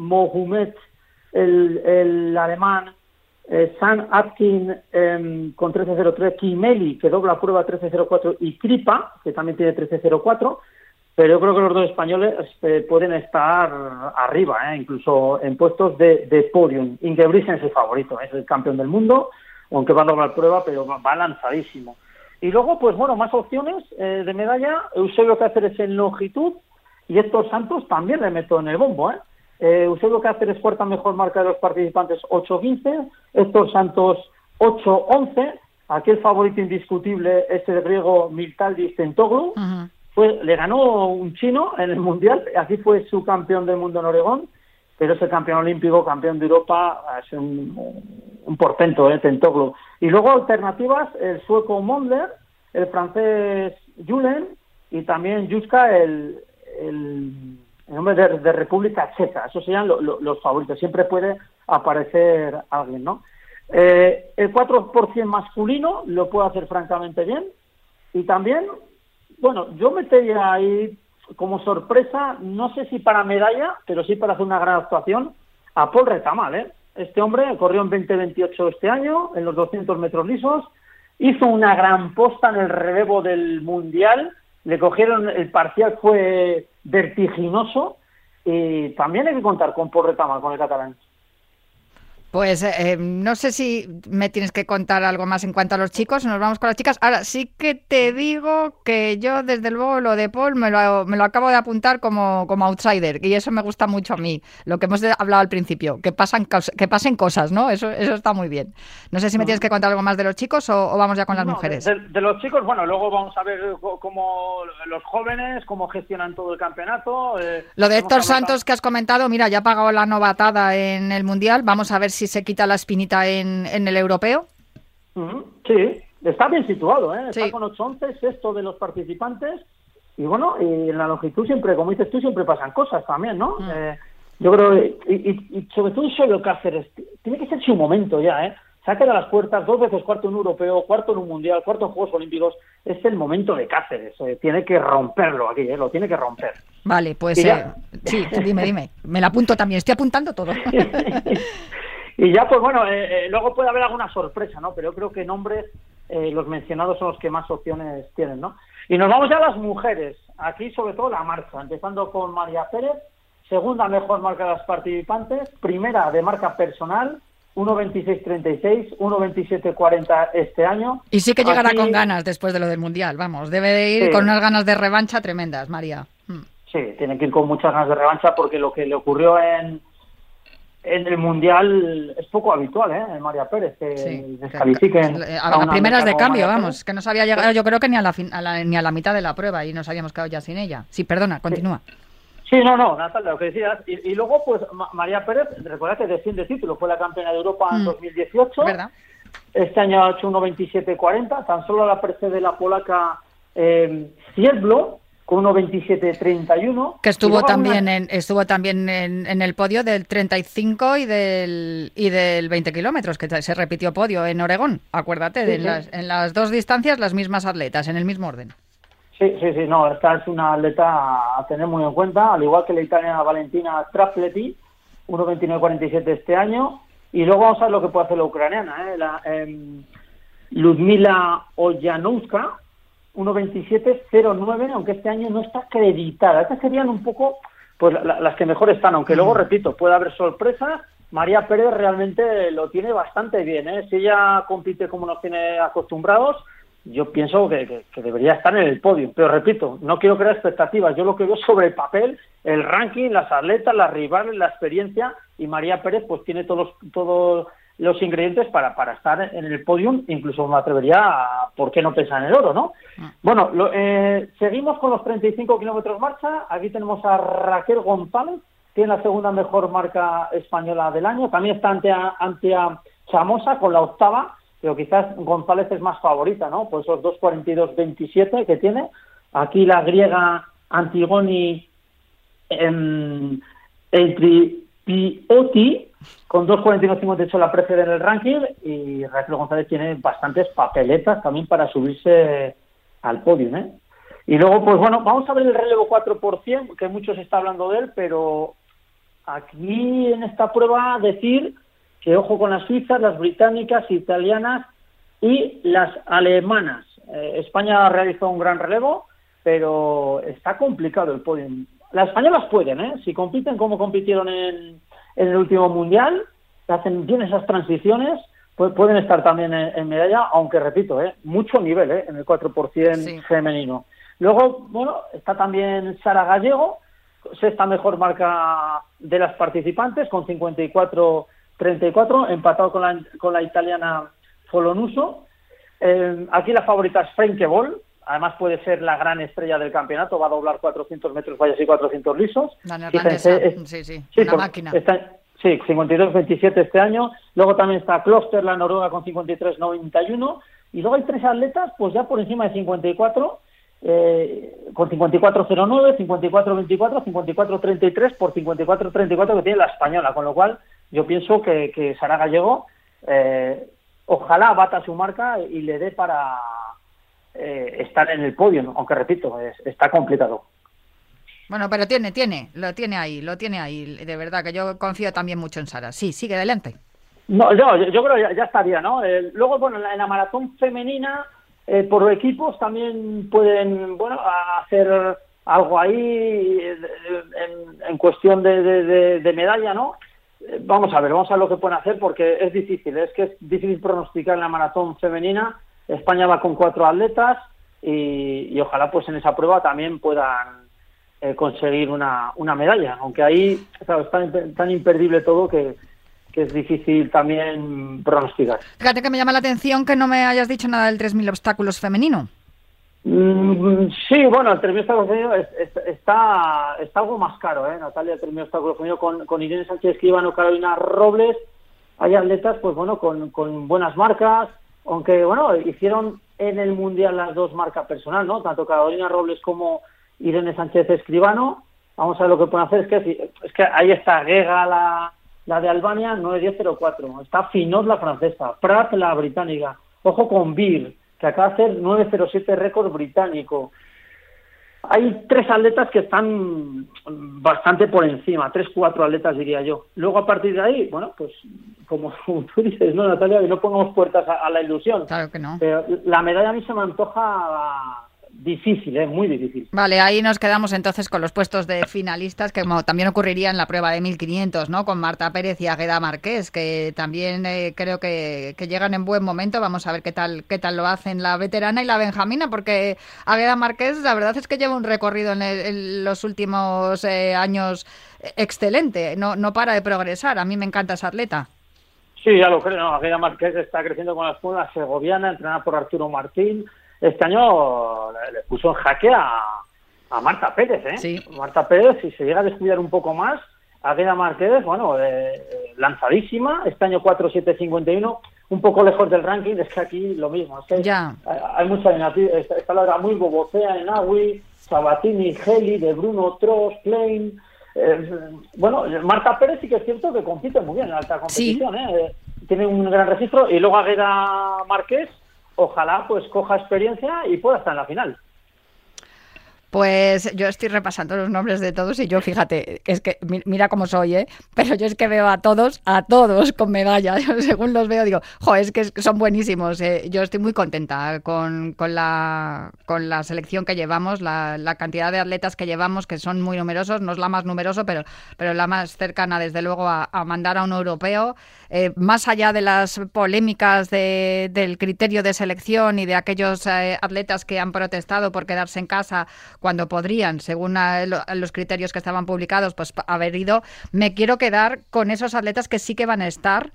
el alemán, Sam Atkin con 13.03, Kimeli, que dobla prueba 13.04, y Kripa, que también tiene 13.04, pero yo creo que los dos españoles pueden estar arriba, incluso en puestos de podium. Ingebrigtsen es el favorito, es el campeón del mundo, aunque va a doblar prueba, pero va lanzadísimo. Y luego, pues bueno, más opciones de medalla. Eusebio Cáceres en longitud, y Héctor Santos también le meto en el bombo, Eusebio Cáceres, cuarta mejor marca de los participantes, 8.15, Héctor Santos 8.11, aquel favorito indiscutible es el griego Miltaldis Tentoglu. Le ganó un chino en el Mundial, aquí fue su campeón del mundo en Oregón, pero es el campeón olímpico, campeón de Europa, es un portento, Tentoglu. Y luego alternativas, el sueco Mondler, el francés Julen y también Juska, el nombre de República Checa. Esos serían los favoritos. Siempre puede aparecer alguien, ¿no? El 4% masculino lo puede hacer francamente bien. Y también, bueno, yo metería ahí como sorpresa, no sé si para medalla, pero sí para hacer una gran actuación, a Paul Retamal, Este hombre corrió en 2028 este año, en los 200 metros lisos, hizo una gran posta en el relevo del Mundial, le cogieron, el parcial fue vertiginoso, y también hay que contar con Paul Retamal, con el catalán. Pues no sé si me tienes que contar algo más en cuanto a los chicos. Nos vamos con las chicas. Ahora sí que te digo que yo, desde luego, lo de Paul me lo acabo de apuntar como outsider, y eso me gusta mucho a mí. Lo que hemos hablado al principio, que pasen cosas, ¿no? Eso está muy bien. No sé si me tienes que contar algo más de los chicos o vamos ya con las mujeres. De los chicos, bueno, luego vamos a ver cómo los jóvenes, cómo gestionan todo el campeonato. Lo de Héctor Santos que has comentado, mira, ya ha pagado la novatada en el Mundial. Vamos a ver si se quita la espinita en el europeo. Sí, está bien situado, ¿eh? Está Sí. con 8-11, sexto de los participantes. Y bueno, y en la longitud siempre, como dices tú, siempre pasan cosas también, ¿no? Yo creo, y sobre todo Xavier Cáceres, tiene que ser su momento ya, ¿eh? Saca de las puertas 2 veces cuarto en un europeo, cuarto en un mundial, cuarto en Juegos Olímpicos. Es el momento de Cáceres. Tiene que romperlo aquí, lo tiene que romper. Vale, pues sí, dime. Me la apunto también, estoy apuntando todo. Y ya, pues bueno, luego puede haber alguna sorpresa, ¿no? Pero yo creo que nombres, los mencionados son los que más opciones tienen, ¿no? Y nos vamos ya a las mujeres. Aquí, sobre todo, la marcha, empezando con María Pérez, segunda mejor marca de las participantes, primera de marca personal, 1.26.36, 1.27.40 este año. Y sí que llegará con ganas después de lo del Mundial, vamos, debe de ir con unas ganas de revancha tremendas, María. Sí, tiene que ir con muchas ganas de revancha porque lo que le ocurrió en el Mundial es poco habitual, ¿eh? María Pérez, que descalifiquen a primeras de cambio, vamos, que no se había llegado, yo creo que ni a la mitad de la prueba y nos habíamos quedado ya sin ella. Sí, perdona, continúa. Sí, no, Natalia, lo que decías. Y luego, pues, María Pérez, recuerda que defiende título, fue la campeona de Europa en 2018. ¿Verdad? Este año ha hecho 1.27.40, tan solo la precede la polaca Cierblo, con 1.27.31. Que estuvo también en el podio del 35 y del 20 kilómetros, que se repitió podio en Oregón. Acuérdate, en las dos distancias las mismas atletas, en el mismo orden. Sí, no, esta es una atleta a tener muy en cuenta, al igual que la italiana Valentina Trafletti, 1.29.47 este año, y luego vamos a ver lo que puede hacer la ucraniana, Ludmila Oljanowska, 1.27.09, aunque este año no está acreditada. Estas serían un poco pues las que mejor están, aunque luego, repito, puede haber sorpresas. María Pérez realmente lo tiene bastante bien, ¿eh? Si ella compite como nos tiene acostumbrados, yo pienso que debería estar en el podio, pero repito, no quiero crear expectativas, yo lo que veo sobre el papel, el ranking, las atletas, las rivales, la experiencia, y María Pérez pues tiene todos los ingredientes para estar en el podium, incluso me atrevería a, ¿por qué no pensar en el oro, no? Bueno, seguimos con los 35 kilómetros marcha. Aquí tenemos a Raquel González, tiene la segunda mejor marca española del año, también está ante Chamosa con la octava, pero quizás González es más favorita, ¿no? Por esos 2.42.27 que tiene. Aquí la griega Antigoni Eltripioti con 2.41.58 la precede en el ranking, y Raquel González tiene bastantes papeletas también para subirse al podio, ¿eh? Y luego, pues bueno, vamos a ver el relevo 4%, que mucho se está hablando de él, pero aquí en esta prueba decir que ojo con las suizas, las británicas, italianas y las alemanas. España realizó un gran relevo, pero está complicado el podio. Las españolas pueden, ¿eh? Si compiten como compitieron en el último mundial, hacen bien esas transiciones, pues pueden estar también en medalla, aunque repito, mucho nivel en el 4% femenino. Luego, bueno, está también Sara Gallego, sexta mejor marca de las participantes, con 54.34, empatado con la italiana Folonuso. Aquí la favorita es Frenke Bol, además puede ser la gran estrella del campeonato, va a doblar 400 metros vallas y 400 lisos. La neerlandesa, sí, una máquina. 52.27 este año. Luego también está Kloster, la noruega, con 53.91. Y luego hay tres atletas, pues ya por encima de 54, con 54.09, 54.24, 54.33 por 54.34 que tiene la española, con lo cual yo pienso que Sara Gallego ojalá bata su marca y le dé para estar en el podio, ¿no? Aunque repito, está complicado. Bueno, pero lo tiene ahí, de verdad, que yo confío también mucho en Sara. Sí, sigue adelante. No, yo creo que ya estaría, ¿no? Luego, bueno, en la maratón femenina, por equipos también pueden, bueno, hacer algo ahí en cuestión de medalla, ¿no? vamos a ver lo que pueden hacer, porque es difícil, es difícil pronosticar en la maratón femenina. España va con 4 atletas y ojalá pues en esa prueba también puedan conseguir una medalla, aunque ahí, claro, es tan imperdible todo que es difícil también pronosticar. Fíjate que me llama la atención que no me hayas dicho nada del 3.000 obstáculos femenino. Sí, bueno, el 3.000 obstáculos femenino está algo más caro, Natalia, el 3.000 obstáculos femenino con Irene Sánchez Escribano, Carolina Robles. Hay atletas, pues bueno, con buenas marcas, aunque bueno, hicieron en el Mundial las 2 marcas personal, ¿no? Tanto Carolina Robles como Irene Sánchez Escribano. Vamos a ver lo que pueden hacer. Es que ahí está Gega, la de Albania, 9.10.04. Está Finot, la francesa. Prat, la británica. Ojo con Bir, que acaba de hacer 9.07 récord británico. Hay 3 atletas que están bastante por encima, 3-4 atletas diría yo. Luego a partir de ahí, bueno, pues como tú dices, ¿no, Natalia? Que no pongamos puertas a la ilusión. Claro que no. Pero la medalla a mí se me antoja difícil, muy difícil. Vale, ahí nos quedamos entonces con los puestos de finalistas, que como también ocurriría en la prueba de 1.500, ¿no? Con Marta Pérez y Águeda Marqués, que también creo que llegan en buen momento. Vamos a ver qué tal lo hacen la veterana y la benjamina, porque Águeda Marqués la verdad es que lleva un recorrido en los últimos años excelente, no para de progresar. A mí me encanta esa atleta. Sí, ya lo creo, ¿no? Águeda Marqués está creciendo con la escuela segoviana, entrenada por Arturo Martín. Este año le puso en jaque a Marta Pérez, ¿eh? Sí. Marta Pérez, si se llega a descuidar un poco más, Águeda Marqués, bueno, lanzadísima, este año 4.751, un poco lejos del ranking, es que aquí lo mismo, es que ya. Hay mucha está la verdad muy bobocea en Agui, Sabatini, Geli, De Bruno, Trost, Klein. Bueno, Marta Pérez sí que es cierto que compite muy bien en alta competición, sí. Tiene un gran registro, y luego Águeda Marqués, ojalá pues coja experiencia y pueda estar en la final. Pues yo estoy repasando los nombres de todos y yo, fíjate, es que mira cómo soy, pero yo es que veo a todos con medalla. Yo, según los veo, digo, es que son buenísimos. Yo estoy muy contenta con la selección que llevamos, la cantidad de atletas que llevamos, que son muy numerosos, no es la más numerosa, pero la más cercana, desde luego, a mandar a un europeo. Más allá de las polémicas del criterio de selección y de aquellos atletas que han protestado por quedarse en casa cuando podrían, según los criterios que estaban publicados, pues haber ido, me quiero quedar con esos atletas que sí que van a estar.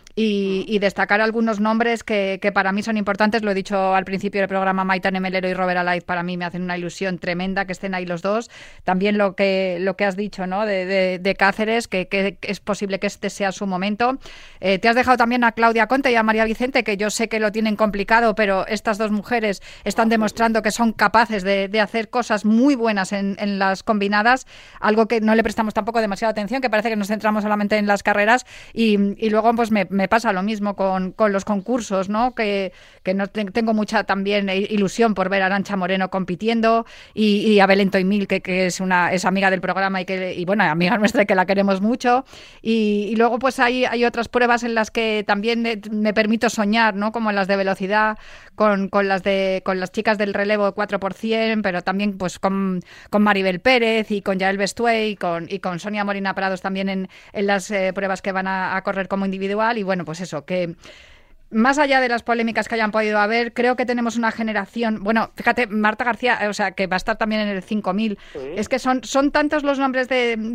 Y destacar algunos nombres que para mí son importantes. Lo he dicho al principio del programa, Maitane Melero y Robert Alaiz para mí me hacen una ilusión tremenda que estén ahí los dos. También lo que has dicho, ¿no? de Cáceres, que es posible que este sea su momento. Te has dejado también a Claudia Conte y a María Vicente, que yo sé que lo tienen complicado, pero estas dos mujeres están demostrando que son capaces de hacer cosas muy buenas en las combinadas, algo que no le prestamos tampoco demasiada atención, que parece que nos centramos solamente en las carreras y luego pues me pasa lo mismo con los concursos, ¿no? Que no tengo mucha también ilusión por ver a Arantxa Moreno compitiendo y a Belén Toimil, que es amiga del programa y bueno, amiga nuestra y que la queremos mucho. Y luego pues hay otras pruebas en las que también me permito soñar, ¿no? Como en las de velocidad, con las chicas del relevo 4x100, pero también pues con Maribel Pérez y con Yael Bestué y con Sonia Molina Prados también en las pruebas que van a correr como individual. Y bueno, pues eso, que más allá de las polémicas que hayan podido haber, creo que tenemos una generación, bueno, fíjate, Marta García, o sea, que va a estar también en el 5000, sí. Es que son tantos los nombres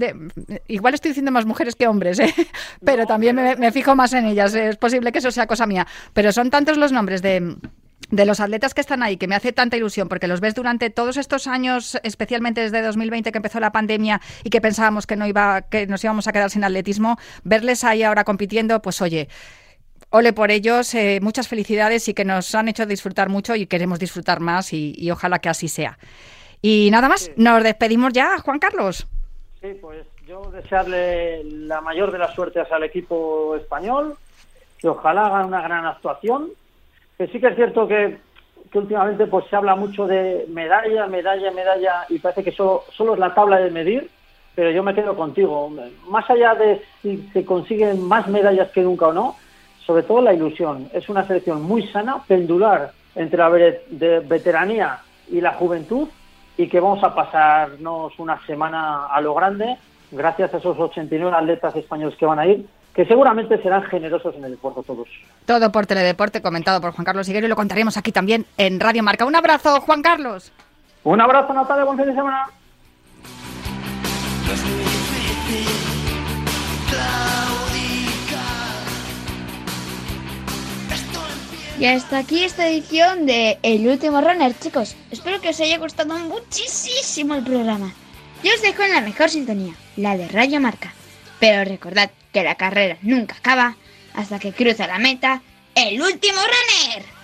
igual estoy diciendo más mujeres que hombres, pero también me fijo más en ellas, es posible que eso sea cosa mía, pero son tantos los nombres de los atletas que están ahí, que me hace tanta ilusión, porque los ves durante todos estos años, especialmente desde 2020 que empezó la pandemia y que pensábamos que nos íbamos a quedar sin atletismo, verles ahí ahora compitiendo, pues oye, ole por ellos, muchas felicidades y que nos han hecho disfrutar mucho y queremos disfrutar más y ojalá que así sea. Y nada más, sí. Nos despedimos ya, Juan Carlos. Sí, pues yo desearle la mayor de las suertes al equipo español, que ojalá hagan una gran actuación. Que sí que es cierto que últimamente pues se habla mucho de medalla y parece que solo es la tabla de medir, pero yo me quedo contigo. Más allá de si se consiguen más medallas que nunca o no, sobre todo la ilusión. Es una selección muy sana, pendular entre la veteranía y la juventud y que vamos a pasarnos una semana a lo grande gracias a esos 89 atletas españoles que van a ir, que seguramente serán generosos en el esfuerzo todos. Todo por Teledeporte, comentado por Juan Carlos Higuero, y lo contaremos aquí también en Radio Marca. Un abrazo, Juan Carlos. Un abrazo, Natalia, buen fin de semana. Y hasta aquí esta edición de El Último Runner, chicos. Espero que os haya gustado muchísimo el programa. Yo os dejo en la mejor sintonía, la de Radio Marca. Pero recordad que la carrera nunca acaba hasta que cruza la meta el último runner.